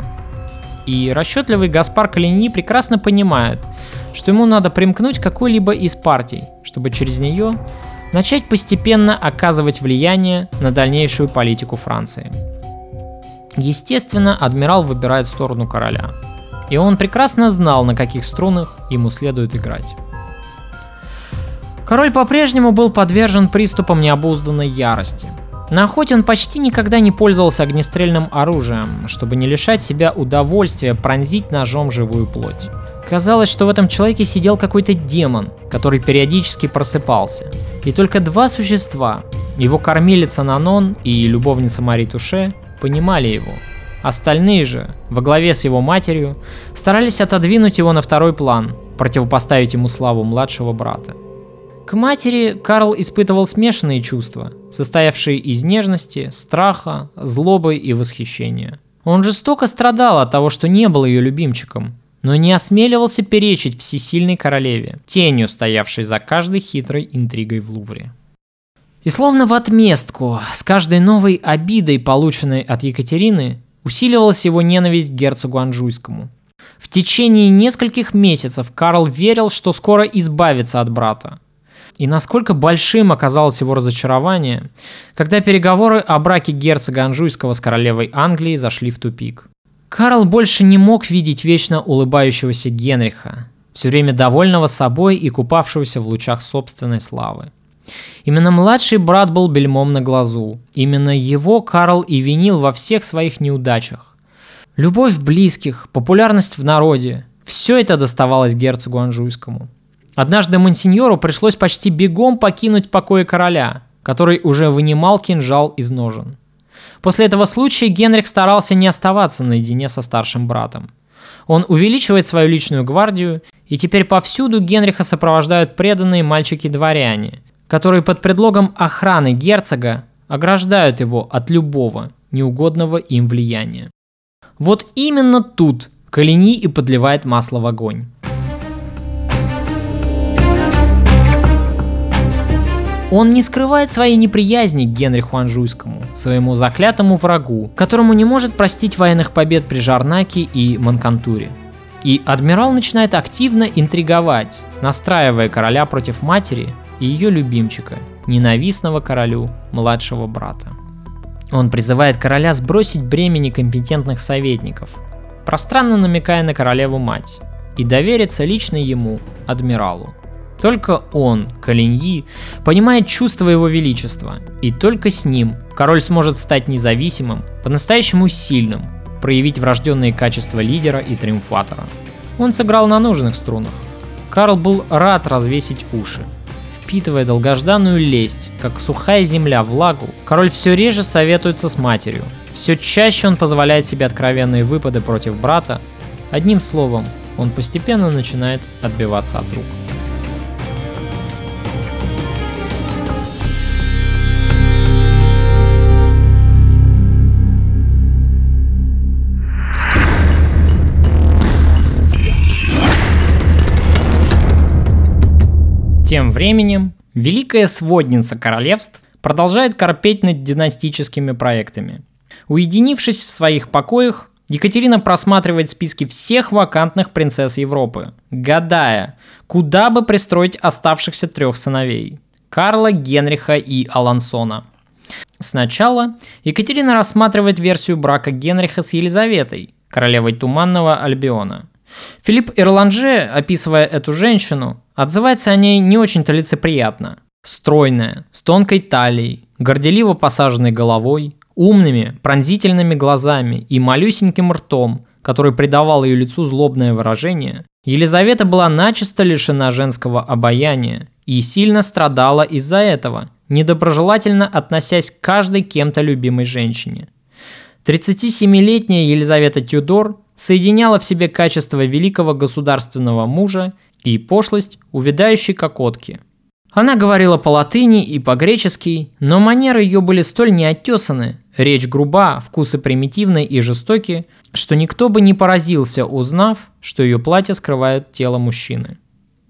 И расчетливый Гаспар Коligny прекрасно понимает, что ему надо примкнуть к какой-либо из партий, чтобы через нее начать постепенно оказывать влияние на дальнейшую политику Франции. Естественно, адмирал выбирает сторону короля, и он прекрасно знал, на каких струнах ему следует играть. Король по-прежнему был подвержен приступам необузданной ярости. На охоте он почти никогда не пользовался огнестрельным оружием, чтобы не лишать себя удовольствия пронзить ножом живую плоть. Казалось, что в этом человеке сидел какой-то демон, который периодически просыпался. И только два существа, его кормилица Нанон и любовница Мари Туше, понимали его. Остальные же, во главе с его матерью, старались отодвинуть его на второй план, противопоставить ему славу младшего брата. К матери Карл испытывал смешанные чувства, состоявшие из нежности, страха, злобы и восхищения. Он жестоко страдал от того, что не был ее любимчиком, но не осмеливался перечить всесильной королеве, тенью стоявшей за каждой хитрой интригой в Лувре. И словно в отместку, с каждой новой обидой, полученной от Екатерины, усиливалась его ненависть к герцогу Анжуйскому. В течение нескольких месяцев Карл верил, что скоро избавится от брата. И насколько большим оказалось его разочарование, когда переговоры о браке герцога Анжуйского с королевой Англии зашли в тупик. Карл больше не мог видеть вечно улыбающегося Генриха, все время довольного собой и купавшегося в лучах собственной славы. Именно младший брат был бельмом на глазу, именно его Карл и винил во всех своих неудачах. Любовь близких, популярность в народе – все это доставалось герцогу Анжуйскому. Однажды монсеньору пришлось почти бегом покинуть покои короля, который уже вынимал кинжал из ножен. После этого случая Генрих старался не оставаться наедине со старшим братом. Он увеличивает свою личную гвардию, и теперь повсюду Генриха сопровождают преданные мальчики-дворяне, которые под предлогом охраны герцога ограждают его от любого неугодного им влияния. Вот именно тут Коligny и подливает масло в огонь. Он не скрывает своей неприязни к Генриху Анжуйскому, своему заклятому врагу, которому не может простить военных побед при Жарнаке и Манкантуре. И адмирал начинает активно интриговать, настраивая короля против матери и ее любимчика, ненавистного королю младшего брата. Он призывает короля сбросить бремя некомпетентных советников, пространно намекая на королеву-мать, и довериться лично ему, адмиралу. Только он, Коligny, понимает чувства его величества, и только с ним король сможет стать независимым, по-настоящему сильным, проявить врожденные качества лидера и триумфатора. Он сыграл на нужных струнах. Карл был рад развесить уши. Впитывая долгожданную лесть, как сухая земля влагу, король все реже советуется с матерью. Все чаще он позволяет себе откровенные выпады против брата. Одним словом, он постепенно начинает отбиваться от рук. Тем временем Великая Сводница Королевств продолжает корпеть над династическими проектами. Уединившись в своих покоях, Екатерина просматривает списки всех вакантных принцесс Европы, гадая, куда бы пристроить оставшихся трех сыновей – Карла, Генриха и Алансона. Сначала Екатерина рассматривает версию брака Генриха с Елизаветой, королевой Туманного Альбиона. Филипп Ирланже, описывая эту женщину, отзывается о ней не очень-то лицеприятно. Стройная, с тонкой талией, горделиво посаженной головой, умными, пронзительными глазами и малюсеньким ртом, который придавал ее лицу злобное выражение, Елизавета была начисто лишена женского обаяния и сильно страдала из-за этого, недоброжелательно относясь к каждой кем-то любимой женщине. тридцатисемилетняя Елизавета Тюдор соединяла в себе качество великого государственного мужа и пошлость увядающей кокотки. Она говорила по-латыни и по-гречески, но манеры ее были столь неоттесаны, речь груба, вкусы примитивны и жестоки, что никто бы не поразился, узнав, что ее платье скрывает тело мужчины.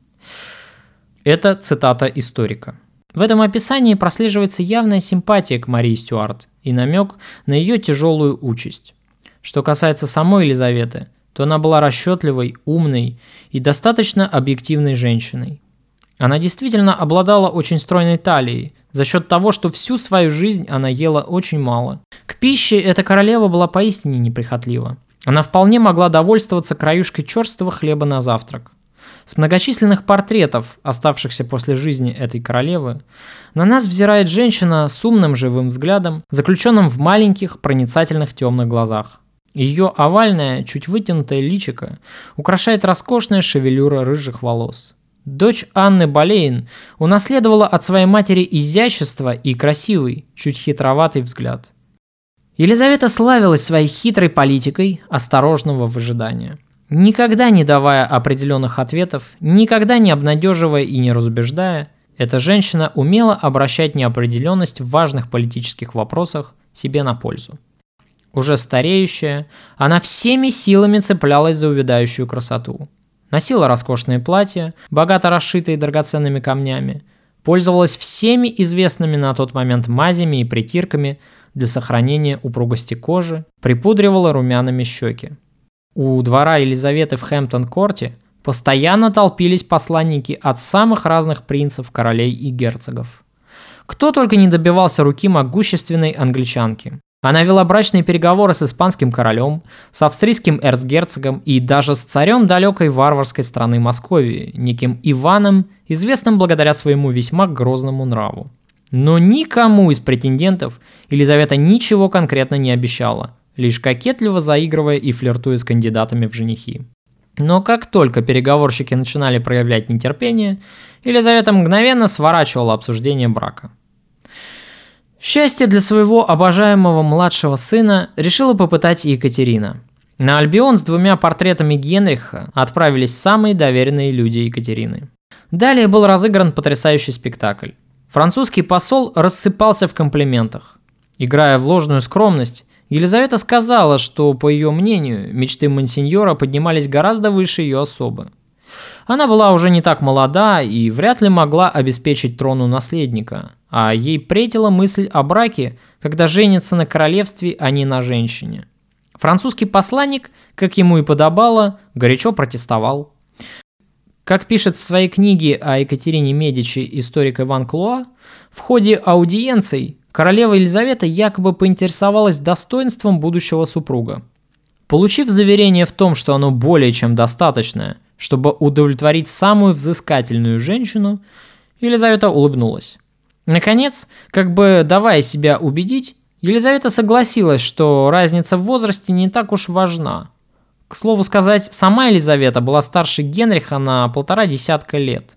Это цитата историка. В этом описании прослеживается явная симпатия к Марии Стюарт и намек на ее тяжелую участь. Что касается самой Елизаветы, то она была расчетливой, умной и достаточно объективной женщиной. Она действительно обладала очень стройной талией, за счет того, что всю свою жизнь она ела очень мало. К пище эта королева была поистине неприхотлива. Она вполне могла довольствоваться краюшкой черствого хлеба на завтрак. С многочисленных портретов, оставшихся после жизни этой королевы, на нас взирает женщина с умным живым взглядом, заключенным в маленьких проницательных темных глазах. Ее овальное, чуть вытянутое личико украшает роскошная шевелюра рыжих волос. Дочь Анны Болейн унаследовала от своей матери изящество и красивый, чуть хитроватый взгляд. Елизавета славилась своей хитрой политикой осторожного выжидания. Никогда не давая определенных ответов, никогда не обнадеживая и не разубеждая, эта женщина умела обращать неопределенность в важных политических вопросах себе на пользу. Уже стареющая, она всеми силами цеплялась за увядающую красоту. Носила роскошные платья, богато расшитые драгоценными камнями, пользовалась всеми известными на тот момент мазями и притирками для сохранения упругости кожи, припудривала румянами щеки. У двора Елизаветы в Хэмптон-корте постоянно толпились посланники от самых разных принцев, королей и герцогов. Кто только не добивался руки могущественной англичанки. Она вела брачные переговоры с испанским королем, с австрийским эрцгерцогом и даже с царем далекой варварской страны Московии, неким Иваном, известным благодаря своему весьма грозному нраву. Но никому из претендентов Елизавета ничего конкретно не обещала, лишь кокетливо заигрывая и флиртуя с кандидатами в женихи. Но как только переговорщики начинали проявлять нетерпение, Елизавета мгновенно сворачивала обсуждение брака. Счастье для своего обожаемого младшего сына решила попытать и Екатерина. На Альбион с двумя портретами Генриха отправились самые доверенные люди Екатерины. Далее был разыгран потрясающий спектакль. Французский посол рассыпался в комплиментах. Играя в ложную скромность, Елизавета сказала, что, по ее мнению, мечты монсеньора поднимались гораздо выше ее особы. Она была уже не так молода и вряд ли могла обеспечить трону наследника, а ей претила мысль о браке, когда женится на королевстве, а не на женщине. Французский посланник, как ему и подобало, горячо протестовал. Как пишет в своей книге о Екатерине Медичи историк Иван Клуа, в ходе аудиенций королева Елизавета якобы поинтересовалась достоинством будущего супруга. Получив заверение в том, что оно более чем достаточное, чтобы удовлетворить самую взыскательную женщину, Елизавета улыбнулась. Наконец, как бы давая себя убедить, Елизавета согласилась, что разница в возрасте не так уж важна. К слову сказать, сама Елизавета была старше Генриха на полтора десятка лет.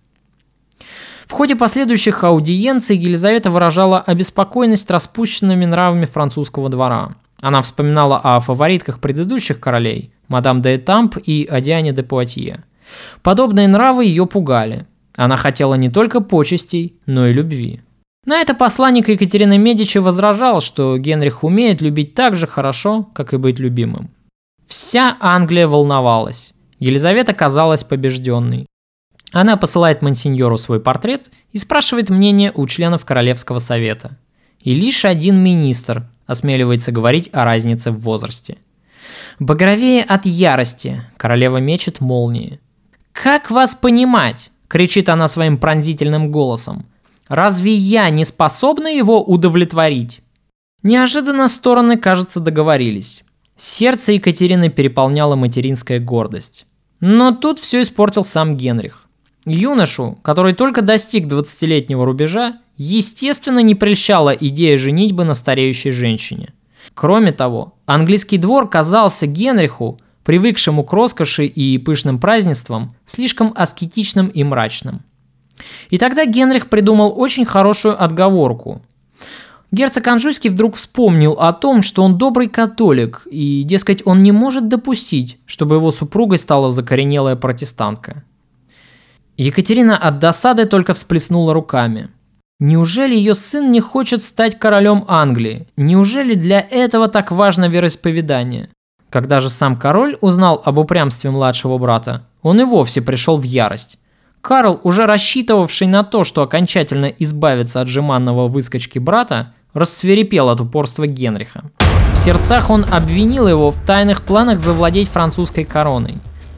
В ходе последующих аудиенций Елизавета выражала обеспокоенность распущенными нравами французского двора. Она вспоминала о фаворитках предыдущих королей, мадам де Этамп и о Диане де Пуатье. Подобные нравы ее пугали. Она хотела не только почестей, но и любви. На это посланник Екатерины Медичи возражал, что Генрих умеет любить так же хорошо, как и быть любимым. Вся Англия волновалась. Елизавета казалась побежденной. Она посылает монсеньору свой портрет и спрашивает мнение у членов Королевского совета. И лишь один министр осмеливается говорить о разнице в возрасте. Багровее от ярости королева мечет молнии. «Как вас понимать?» – кричит она своим пронзительным голосом. «Разве я не способна его удовлетворить?» Неожиданно стороны, кажется, договорились. Сердце Екатерины переполняла материнская гордость. Но тут все испортил сам Генрих. Юношу, который только достиг двадцатилетнего рубежа, естественно, не прельщала идея женитьбы на стареющей женщине. Кроме того, английский двор казался Генриху, привыкшему к роскоши и пышным празднествам, слишком аскетичным и мрачным. И тогда Генрих придумал очень хорошую отговорку. Герцог Анжуйский вдруг вспомнил о том, что он добрый католик, и, дескать, он не может допустить, чтобы его супругой стала закоренелая протестантка. Екатерина от досады только всплеснула руками. Неужели ее сын не хочет стать королем Англии? Неужели для этого так важно вероисповедание? Когда же сам король узнал об упрямстве младшего брата, он и вовсе пришел в ярость. Карл, уже рассчитывавший на то, что окончательно избавится от жеманного выскочки брата, рассвирепел от упорства Генриха. В сердцах он обвинил его в тайных планах завладеть французской короной.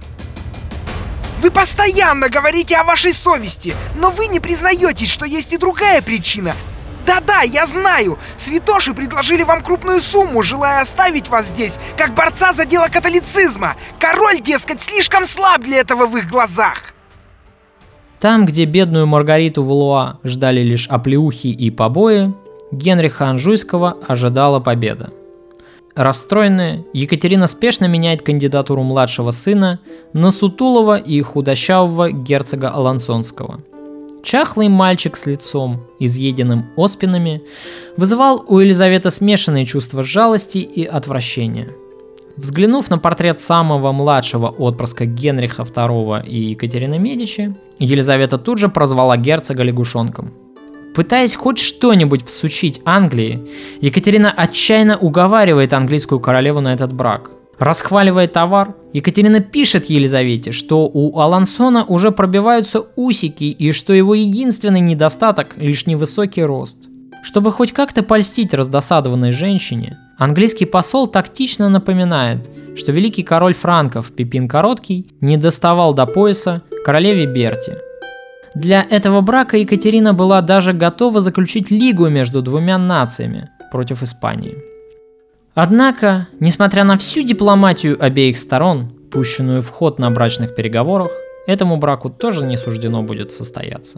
Вы постоянно говорите о вашей совести, но вы не признаетесь, что есть и другая причина. Да-да, я знаю, святоши предложили вам крупную сумму, желая оставить вас здесь, как борца за дело католицизма. Король, дескать, слишком слаб для этого в их глазах. Там, где бедную Маргариту Валуа ждали лишь оплеухи и побои, Генриха Анжуйского ожидала победа. Расстроенная, Екатерина спешно меняет кандидатуру младшего сына на сутулого и худощавого герцога Алансонского. Чахлый мальчик с лицом, изъеденным оспинами, вызывал у Елизаветы смешанные чувства жалости и отвращения. Взглянув на портрет самого младшего отпрыска Генриха второго и Екатерины Медичи, Елизавета тут же прозвала герцога лягушонком. Пытаясь хоть что-нибудь всучить Англии, Екатерина отчаянно уговаривает английскую королеву на этот брак. Расхваливая товар, Екатерина пишет Елизавете, что у Алансона уже пробиваются усики и что его единственный недостаток – лишь невысокий рост. Чтобы хоть как-то польстить раздосадованной женщине, английский посол тактично напоминает, что великий король франков Пипин Короткий не доставал до пояса королеве Берти. Для этого брака Екатерина была даже готова заключить лигу между двумя нациями против Испании. Однако, несмотря на всю дипломатию обеих сторон, пущенную в ход на брачных переговорах, этому браку тоже не суждено будет состояться.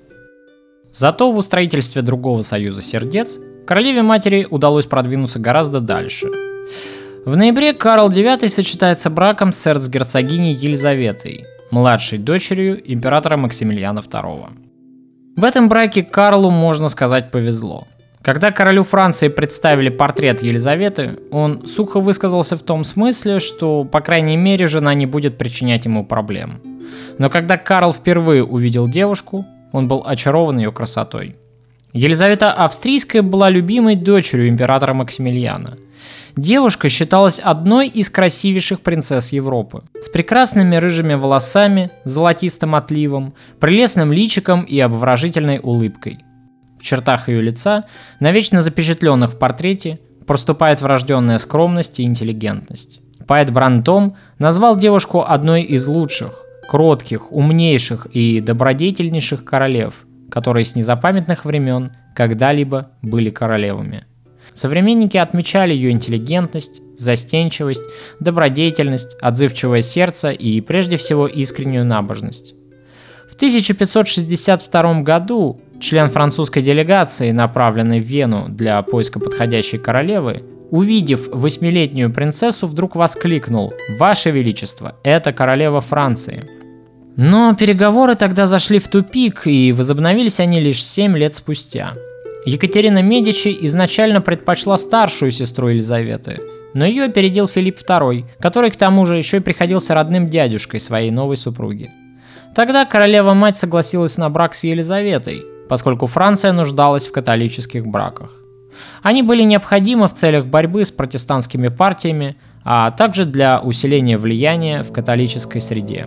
Зато в устроительстве другого союза сердец королеве-матери удалось продвинуться гораздо дальше. В ноябре Карл девятый сочетается браком с эрцгерцогиней Елизаветой, младшей дочерью императора Максимилиана второго. В этом браке Карлу, можно сказать, повезло. Когда королю Франции представили портрет Елизаветы, он сухо высказался в том смысле, что, по крайней мере, жена не будет причинять ему проблем. Но когда Карл впервые увидел девушку, он был очарован ее красотой. Елизавета Австрийская была любимой дочерью императора Максимилиана. Девушка считалась одной из красивейших принцесс Европы, с прекрасными рыжими волосами, золотистым отливом, прелестным личиком и обворожительной улыбкой. В чертах ее лица, навечно запечатленных в портрете, проступает врожденная скромность и интеллигентность. Поэт Брантом назвал девушку одной из лучших, кротких, умнейших и добродетельнейших королев, которые с незапамятных времен когда-либо были королевами. Современники отмечали ее интеллигентность, застенчивость, добродетельность, отзывчивое сердце и, прежде всего, искреннюю набожность. В тысяча пятьсот шестьдесят втором году член французской делегации, направленный в Вену для поиска подходящей королевы, увидев восьмилетнюю принцессу, вдруг воскликнул: «Ваше Величество, это королева Франции». Но переговоры тогда зашли в тупик, и возобновились они лишь семь лет спустя. Екатерина Медичи изначально предпочла старшую сестру Елизаветы, но ее опередил Филипп второй, который к тому же еще и приходился родным дядюшкой своей новой супруги. Тогда королева-мать согласилась на брак с Елизаветой, поскольку Франция нуждалась в католических браках. Они были необходимы в целях борьбы с протестантскими партиями, а также для усиления влияния в католической среде.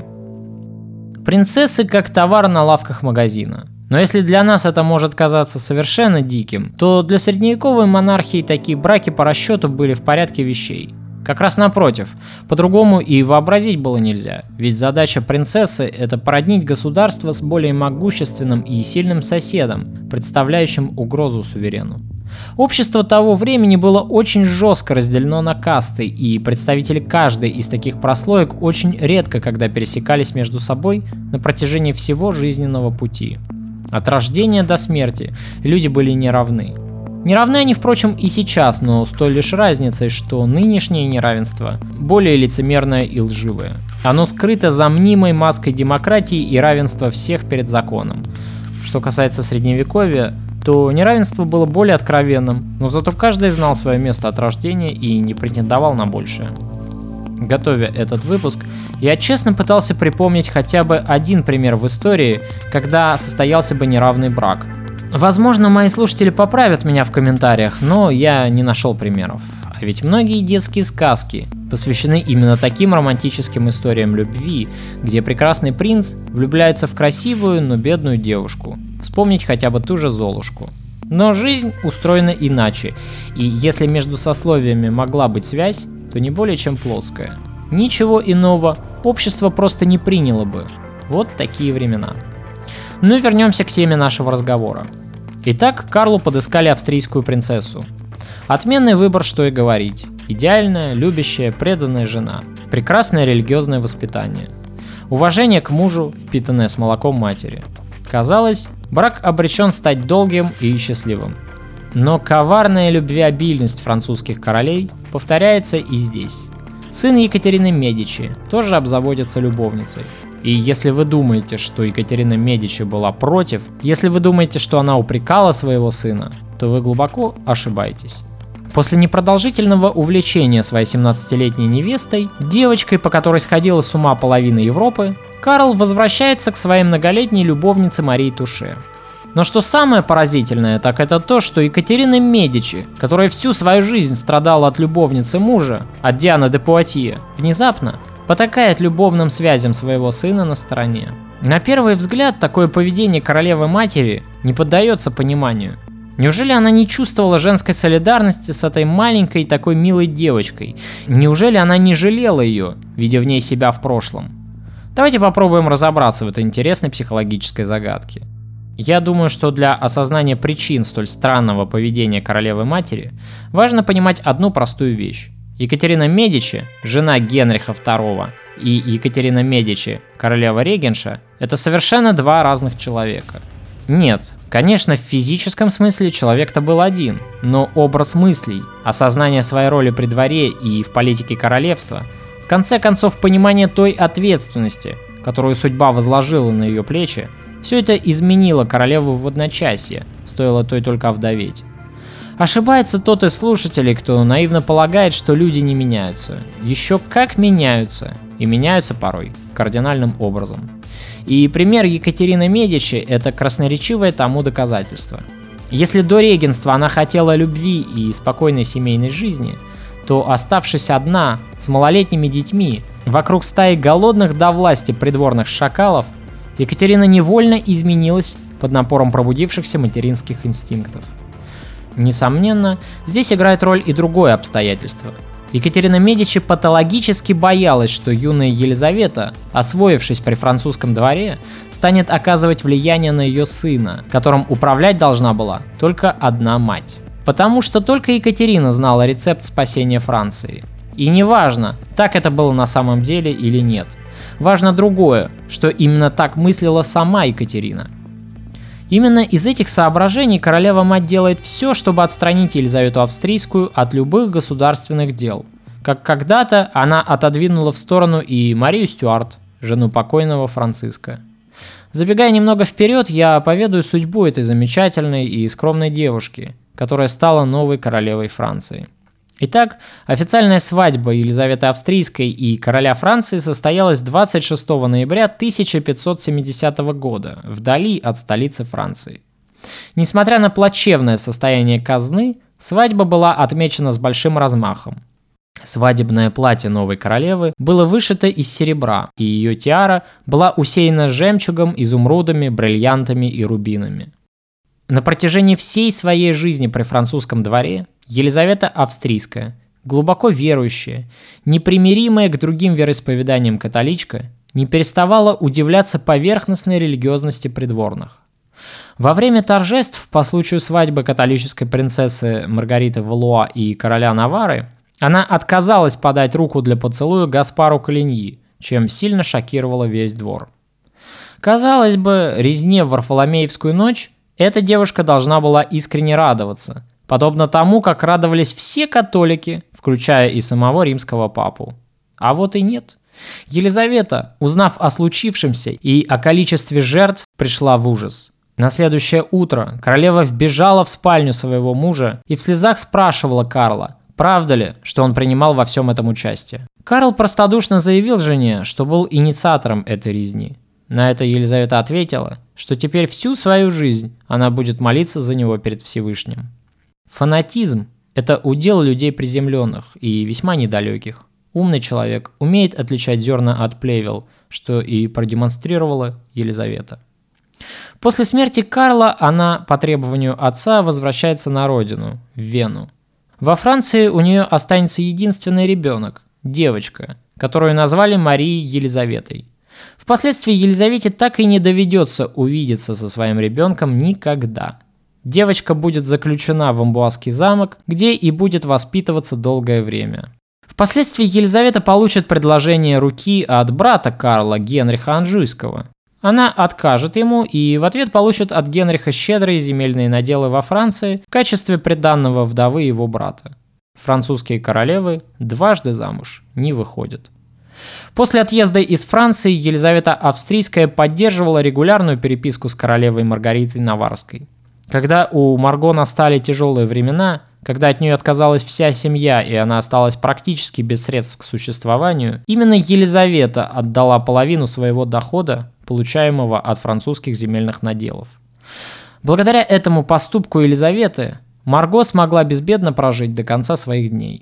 Принцессы как товар на лавках магазина. Но если для нас это может казаться совершенно диким, то для средневековой монархии такие браки по расчету были в порядке вещей. Как раз напротив, по-другому и вообразить было нельзя, ведь задача принцессы – это породнить государство с более могущественным и сильным соседом, представляющим угрозу суверену. Общество того времени было очень жестко разделено на касты, и представители каждой из таких прослоек очень редко когда пересекались между собой на протяжении всего жизненного пути. От рождения до смерти люди были неравны. Не равны они, впрочем, и сейчас, но с той лишь разницей, что нынешнее неравенство более лицемерное и лживое. Оно скрыто за мнимой маской демократии и равенства всех перед законом. Что касается средневековья, то неравенство было более откровенным, но зато каждый знал свое место от рождения и не претендовал на большее. Готовя этот выпуск, я честно пытался припомнить хотя бы один пример в истории, когда состоялся бы неравный брак. Возможно, мои слушатели поправят меня в комментариях, но я не нашел примеров. А ведь многие детские сказки посвящены именно таким романтическим историям любви, где прекрасный принц влюбляется в красивую, но бедную девушку. Вспомнить хотя бы ту же Золушку. Но жизнь устроена иначе, и если между сословиями могла быть связь, то не более чем плотская. Ничего иного общество просто не приняло бы. Вот такие времена. Ну и вернемся к теме нашего разговора. Итак, Карлу подыскали австрийскую принцессу. Отменный выбор, что и говорить. Идеальная, любящая, преданная жена. Прекрасное религиозное воспитание. Уважение к мужу, впитанное с молоком матери. Казалось, брак обречен стать долгим и счастливым. Но коварная любвеобильность французских королей повторяется и здесь. Сын Екатерины Медичи тоже обзаводится любовницей. И если вы думаете, что Екатерина Медичи была против, если вы думаете, что она упрекала своего сына, то вы глубоко ошибаетесь. После непродолжительного увлечения своей семнадцатилетней невестой, девочкой, по которой сходила с ума половина Европы, Карл возвращается к своей многолетней любовнице Марии Туше. Но что самое поразительное, так это то, что Екатерина Медичи, которая всю свою жизнь страдала от любовницы мужа, от Дианы де Пуатье, внезапно потакает любовным связям своего сына на стороне. На первый взгляд, такое поведение королевы-матери не поддается пониманию. Неужели она не чувствовала женской солидарности с этой маленькой такой милой девочкой? Неужели она не жалела ее, видя в ней себя в прошлом? Давайте попробуем разобраться в этой интересной психологической загадке. Я думаю, что для осознания причин столь странного поведения королевы-матери важно понимать одну простую вещь. Екатерина Медичи, жена Генриха второго, и Екатерина Медичи, королева-регенша, это совершенно два разных человека. Нет, конечно, в физическом смысле человек-то был один, но образ мыслей, осознание своей роли при дворе и в политике королевства, в конце концов понимание той ответственности, которую судьба возложила на ее плечи, все это изменило королеву в одночасье, стоило той только овдоветь. Ошибается тот из слушателей, кто наивно полагает, что люди не меняются. Еще как меняются, и меняются порой кардинальным образом. И пример Екатерины Медичи – это красноречивое тому доказательство. Если до регенства она хотела любви и спокойной семейной жизни, то, оставшись одна, с малолетними детьми, вокруг стаи голодных до власти придворных шакалов, Екатерина невольно изменилась под напором пробудившихся материнских инстинктов. Несомненно, здесь играет роль и другое обстоятельство. Екатерина Медичи патологически боялась, что юная Елизавета, освоившись при французском дворе, станет оказывать влияние на ее сына, которым управлять должна была только одна мать. Потому что только Екатерина знала рецепт спасения Франции. И неважно, так это было на самом деле или нет. Важно другое, что именно так мыслила сама Екатерина. Именно из этих соображений королева-мать делает все, чтобы отстранить Елизавету Австрийскую от любых государственных дел. Как когда-то она отодвинула в сторону и Марию Стюарт, жену покойного Франциска. Забегая немного вперед, я поведаю судьбу этой замечательной и скромной девушки, которая стала новой королевой Франции. Итак, официальная свадьба Елизаветы Австрийской и короля Франции состоялась двадцать шестого ноября тысяча пятьсот семидесятого года, вдали от столицы Франции. Несмотря на плачевное состояние казны, свадьба была отмечена с большим размахом. Свадебное платье новой королевы было вышито из серебра, и ее тиара была усеяна жемчугом, изумрудами, бриллиантами и рубинами. На протяжении всей своей жизни при французском дворе Елизавета Австрийская, глубоко верующая, непримиримая к другим вероисповеданиям католичка, не переставала удивляться поверхностной религиозности придворных. Во время торжеств по случаю свадьбы католической принцессы Маргариты Валуа и короля Наварры она отказалась подать руку для поцелуя Гаспару Колиньи, чем сильно шокировала весь двор. Казалось бы, резне в Варфоломеевскую ночь эта девушка должна была искренне радоваться, подобно тому, как радовались все католики, включая и самого римского папу. А вот и нет. Елизавета, узнав о случившемся и о количестве жертв, пришла в ужас. На следующее утро королева вбежала в спальню своего мужа и в слезах спрашивала Карла, правда ли, что он принимал во всем этом участие. Карл простодушно заявил жене, что был инициатором этой резни. На это Елизавета ответила, что теперь всю свою жизнь она будет молиться за него перед Всевышним. Фанатизм – это удел людей приземленных и весьма недалеких. Умный человек умеет отличать зерна от плевел, что и продемонстрировала Елизавета. После смерти Карла она, по требованию отца, возвращается на родину, в Вену. Во Франции у нее останется единственный ребенок – девочка, которую назвали Марией Елизаветой. Впоследствии Елизавете так и не доведется увидеться со своим ребенком никогда. Девочка будет заключена в Амбуазский замок, где и будет воспитываться долгое время. Впоследствии Елизавета получит предложение руки от брата Карла, Генриха Анжуйского. Она откажет ему и в ответ получит от Генриха щедрые земельные наделы во Франции в качестве приданного вдовы его брата. Французские королевы дважды замуж не выходят. После отъезда из Франции Елизавета Австрийская поддерживала регулярную переписку с королевой Маргаритой Наварской. Когда у Марго настали тяжелые времена, когда от нее отказалась вся семья и она осталась практически без средств к существованию, именно Елизавета отдала половину своего дохода, получаемого от французских земельных наделов. Благодаря этому поступку Елизаветы Марго смогла безбедно прожить до конца своих дней.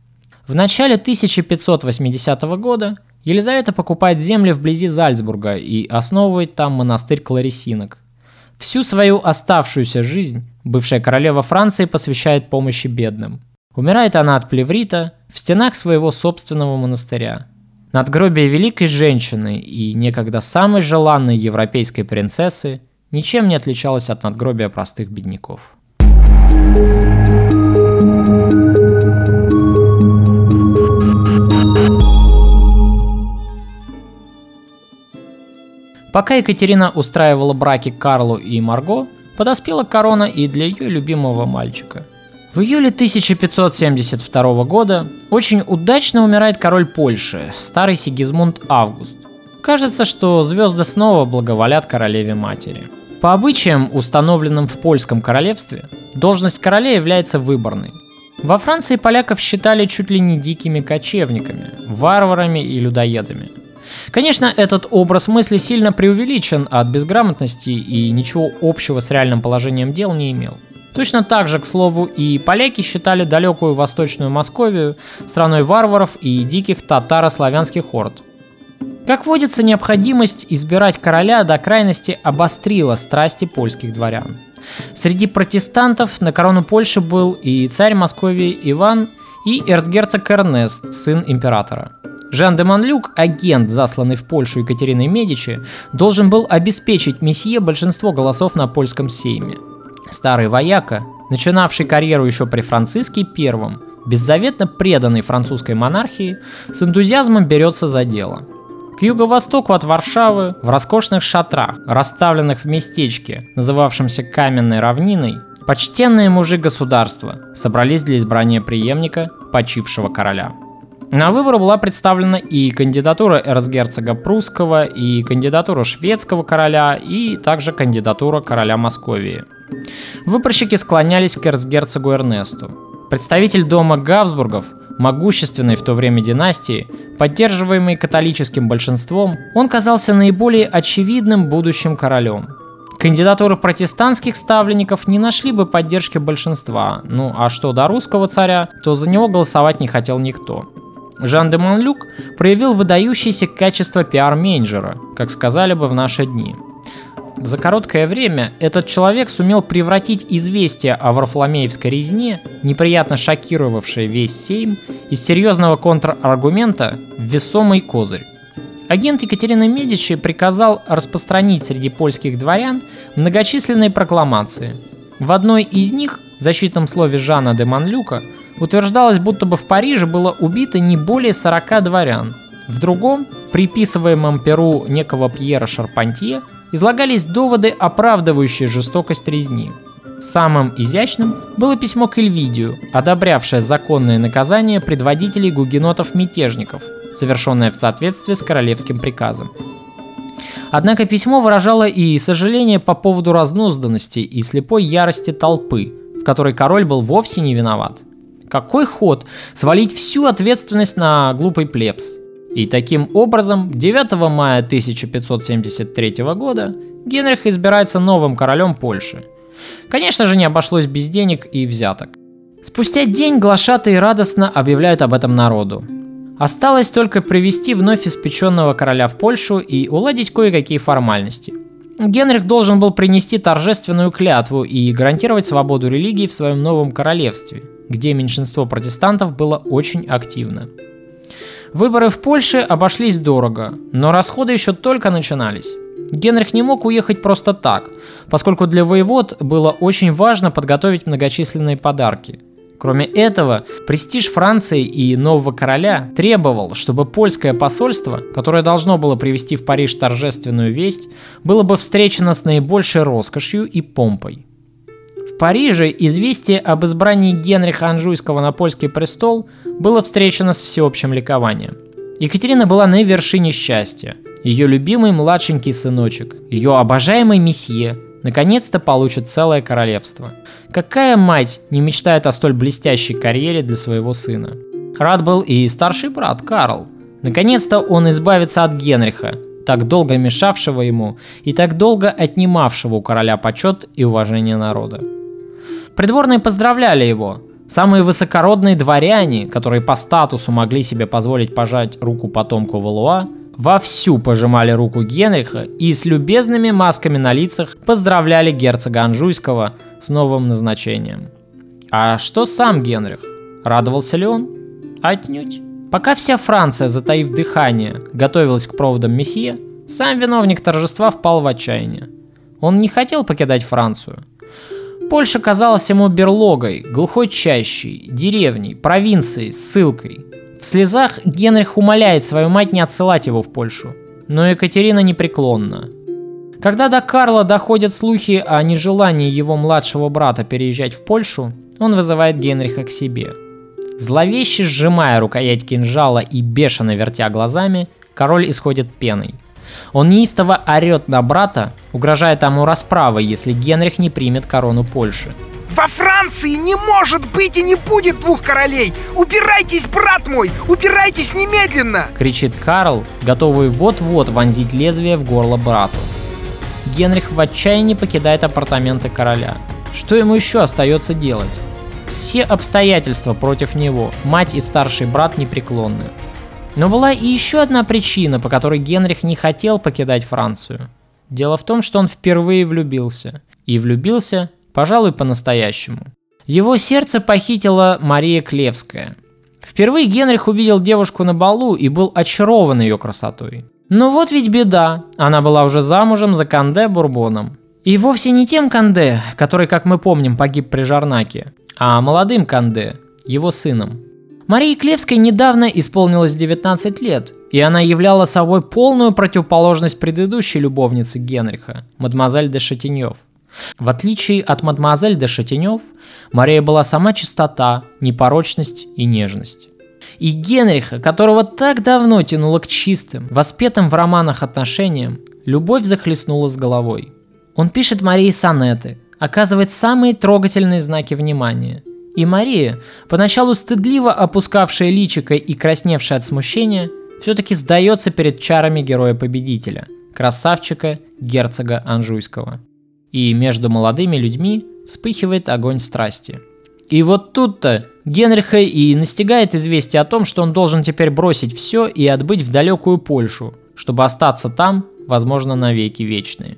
В начале тысяча пятьсот восьмидесятого года Елизавета покупает земли вблизи Зальцбурга и основывает там монастырь клариссинок. Всю свою оставшуюся жизнь бывшая королева Франции посвящает помощи бедным. Умирает она от плеврита в стенах своего собственного монастыря. Надгробие великой женщины и некогда самой желанной европейской принцессы ничем не отличалось от надгробия простых бедняков. Пока Екатерина устраивала браки Карлу и Марго, подоспела корона и для ее любимого мальчика. В июле тысяча пятьсот семьдесят второго года очень удачно умирает король Польши, старый Сигизмунд Август. Кажется, что звезды снова благоволят королеве-матери. По обычаям, установленным в польском королевстве, должность короля является выборной. Во Франции поляков считали чуть ли не дикими кочевниками, варварами и людоедами. Конечно, этот образ мысли сильно преувеличен от безграмотности и ничего общего с реальным положением дел не имел. Точно так же, к слову, и поляки считали далекую Восточную Московию страной варваров и диких татаро-славянских орд. Как водится, необходимость избирать короля до крайности обострила страсти польских дворян. Среди протестантов на корону Польши был и царь Московии Иван, и эрцгерцог Эрнест, сын императора. Жан де Монлюк, агент, засланный в Польшу Екатериной Медичи, должен был обеспечить месье большинство голосов на польском сейме. Старый вояка, начинавший карьеру еще при Франциске Первом, беззаветно преданный французской монархии, с энтузиазмом берется за дело. К юго-востоку от Варшавы, в роскошных шатрах, расставленных в местечке, называвшемся Каменной равниной, почтенные мужи государства собрались для избрания преемника почившего короля. На выбор была представлена и кандидатура эрцгерцога прусского, и кандидатура шведского короля, и также кандидатура короля Московии. Выборщики склонялись к эрцгерцогу Эрнесту. Представитель дома Габсбургов, могущественной в то время династии, поддерживаемый католическим большинством, он казался наиболее очевидным будущим королем. Кандидатуры протестантских ставленников не нашли бы поддержки большинства, ну а что до русского царя, то за него голосовать не хотел никто. Жан де Монлюк проявил выдающиеся качества пиар-менеджера, как сказали бы в наши дни. За короткое время этот человек сумел превратить известие о варфоломеевской резне, неприятно шокировавшее весь Сейм, из серьезного контраргумента в весомый козырь. Агент Екатерины Медичи приказал распространить среди польских дворян многочисленные прокламации. В одной из них, в защитном слове Жана де Монлюка, утверждалось, будто бы в Париже было убито не более сорока дворян. В другом, приписываемом перу некого Пьера Шарпантье, излагались доводы, оправдывающие жестокость резни. Самым изящным было письмо к Эльвидию, одобрявшее законное наказание предводителей гугенотов-мятежников, совершенное в соответствии с королевским приказом. Однако письмо выражало и сожаление по поводу разнузданности и слепой ярости толпы, в которой король был вовсе не виноват. Какой ход свалить всю ответственность на глупый плебс? И таким образом, девятого мая тысяча пятьсот семьдесят третьего года Генрих избирается новым королем Польши. Конечно же, не обошлось без денег и взяток. Спустя день глашатаи радостно объявляют об этом народу. Осталось только привести вновь испеченного короля в Польшу и уладить кое-какие формальности. Генрих должен был принести торжественную клятву и гарантировать свободу религии в своем новом королевстве, где меньшинство протестантов было очень активно. Выборы в Польше обошлись дорого, но расходы еще только начинались. Генрих не мог уехать просто так, поскольку для воевод было очень важно подготовить многочисленные подарки. Кроме этого, престиж Франции и нового короля требовал, чтобы польское посольство, которое должно было привезти в Париж торжественную весть, было бы встречено с наибольшей роскошью и помпой. В Париже известие об избрании Генриха Анжуйского на польский престол было встречено с всеобщим ликованием. Екатерина была на вершине счастья. Ее любимый младшенький сыночек, ее обожаемый месье, наконец-то получит целое королевство. Какая мать не мечтает о столь блестящей карьере для своего сына? Рад был и старший брат Карл. Наконец-то он избавится от Генриха, так долго мешавшего ему и так долго отнимавшего у короля почет и уважение народа. Придворные поздравляли его. Самые высокородные дворяне, которые по статусу могли себе позволить пожать руку потомку Валуа, вовсю пожимали руку Генриха и с любезными масками на лицах поздравляли герцога Анжуйского с новым назначением. А что сам Генрих? Радовался ли он? Отнюдь. Пока вся Франция, затаив дыхание, готовилась к проводам месье, сам виновник торжества впал в отчаяние. Он не хотел покидать Францию. Польша казалась ему берлогой, глухой чащей, деревней, провинцией, ссылкой. В слезах Генрих умоляет свою мать не отсылать его в Польшу, но Екатерина непреклонна. Когда до Карла доходят слухи о нежелании его младшего брата переезжать в Польшу, он вызывает Генриха к себе. Зловеще сжимая рукоять кинжала и бешено вертя глазами, король исходит пеной. Он неистово орет на брата, угрожая тому расправой, если Генрих не примет корону Польши. Во Франции не может быть и не будет двух королей! Убирайтесь, брат мой! Убирайтесь немедленно! Кричит Карл, готовый вот-вот вонзить лезвие в горло брату. Генрих в отчаянии покидает апартаменты короля. Что ему еще остается делать? Все обстоятельства против него, мать и старший брат непреклонны. Но была и еще одна причина, по которой Генрих не хотел покидать Францию. Дело в том, что он впервые влюбился. И влюбился, пожалуй, по-настоящему. Его сердце похитила Мария Клевская. Впервые Генрих увидел девушку на балу и был очарован ее красотой. Но вот ведь беда, она была уже замужем за Канде Бурбоном. И вовсе не тем Канде, который, как мы помним, погиб при Жарнаке, а молодым Канде, его сыном. Марии Клевской недавно исполнилось девятнадцать лет, и она являла собой полную противоположность предыдущей любовницы Генриха, мадемуазель де Шатиньев. В отличие от мадемуазель де Шатиньев, Мария была сама чистота, непорочность и нежность. И Генриха, которого так давно тянуло к чистым, воспетым в романах отношениям, любовь захлестнула с головой. Он пишет Марии сонеты, оказывает самые трогательные знаки внимания. И Мария, поначалу стыдливо опускавшая личико и красневшая от смущения, все-таки сдается перед чарами героя-победителя, красавчика герцога Анжуйского. И между молодыми людьми вспыхивает огонь страсти. И вот тут-то Генриха и настигает известие о том, что он должен теперь бросить все и отбыть в далекую Польшу, чтобы остаться там, возможно, навеки вечные.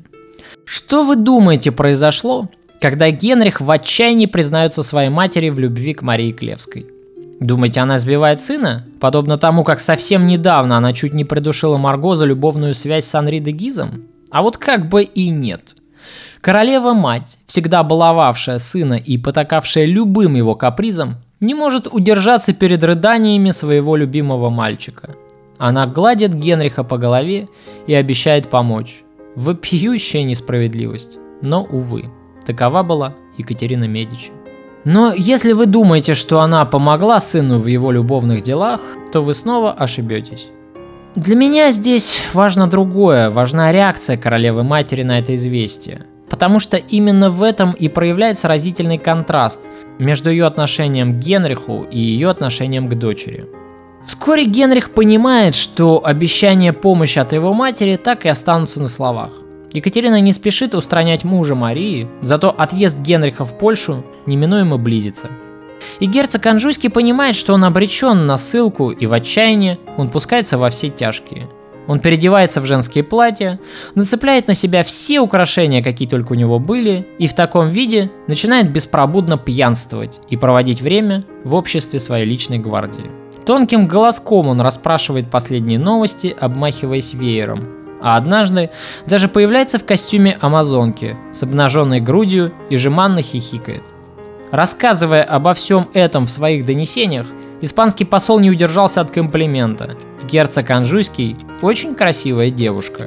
Что вы думаете произошло, когда Генрих в отчаянии признается своей матери в любви к Марии Клевской? Думаете, она сбивает сына? Подобно тому, как совсем недавно она чуть не придушила Марго за любовную связь с Анри де Гизом? А вот как бы и нет. Королева-мать, всегда баловавшая сына и потакавшая любым его капризам, не может удержаться перед рыданиями своего любимого мальчика. Она гладит Генриха по голове и обещает помочь. Вопиющая несправедливость. Но, увы, такова была Екатерина Медичи. Но если вы думаете, что она помогла сыну в его любовных делах, то вы снова ошибетесь. Для меня здесь важно другое, важна реакция королевы-матери на это известие. Потому что именно в этом и проявляется разительный контраст между ее отношением к Генриху и ее отношением к дочери. Вскоре Генрих понимает, что обещания помощи от его матери так и останутся на словах. Екатерина не спешит устранять мужа Марии, зато отъезд Генриха в Польшу неминуемо близится. И герцог Анжуйский понимает, что он обречен на ссылку, и в отчаянии он пускается во все тяжкие. Он переодевается в женские платья, нацепляет на себя все украшения, какие только у него были, и в таком виде начинает беспробудно пьянствовать и проводить время в обществе своей личной гвардии. Тонким голоском он расспрашивает последние новости, обмахиваясь веером, а однажды даже появляется в костюме амазонки с обнаженной грудью и жеманно хихикает. Рассказывая обо всем этом в своих донесениях, испанский посол не удержался от комплимента. Герцог Анжуйский – очень красивая девушка.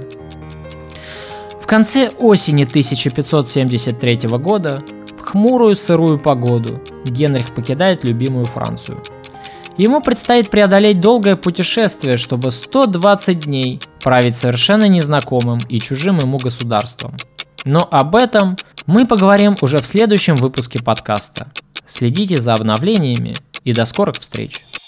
В конце осени тысяча пятьсот семьдесят третьего года, в хмурую сырую погоду, Генрих покидает любимую Францию. Ему предстоит преодолеть долгое путешествие, чтобы сто двадцать дней править совершенно незнакомым и чужим ему государством. Но об этом мы поговорим уже в следующем выпуске подкаста. Следите за обновлениями и до скорых встреч!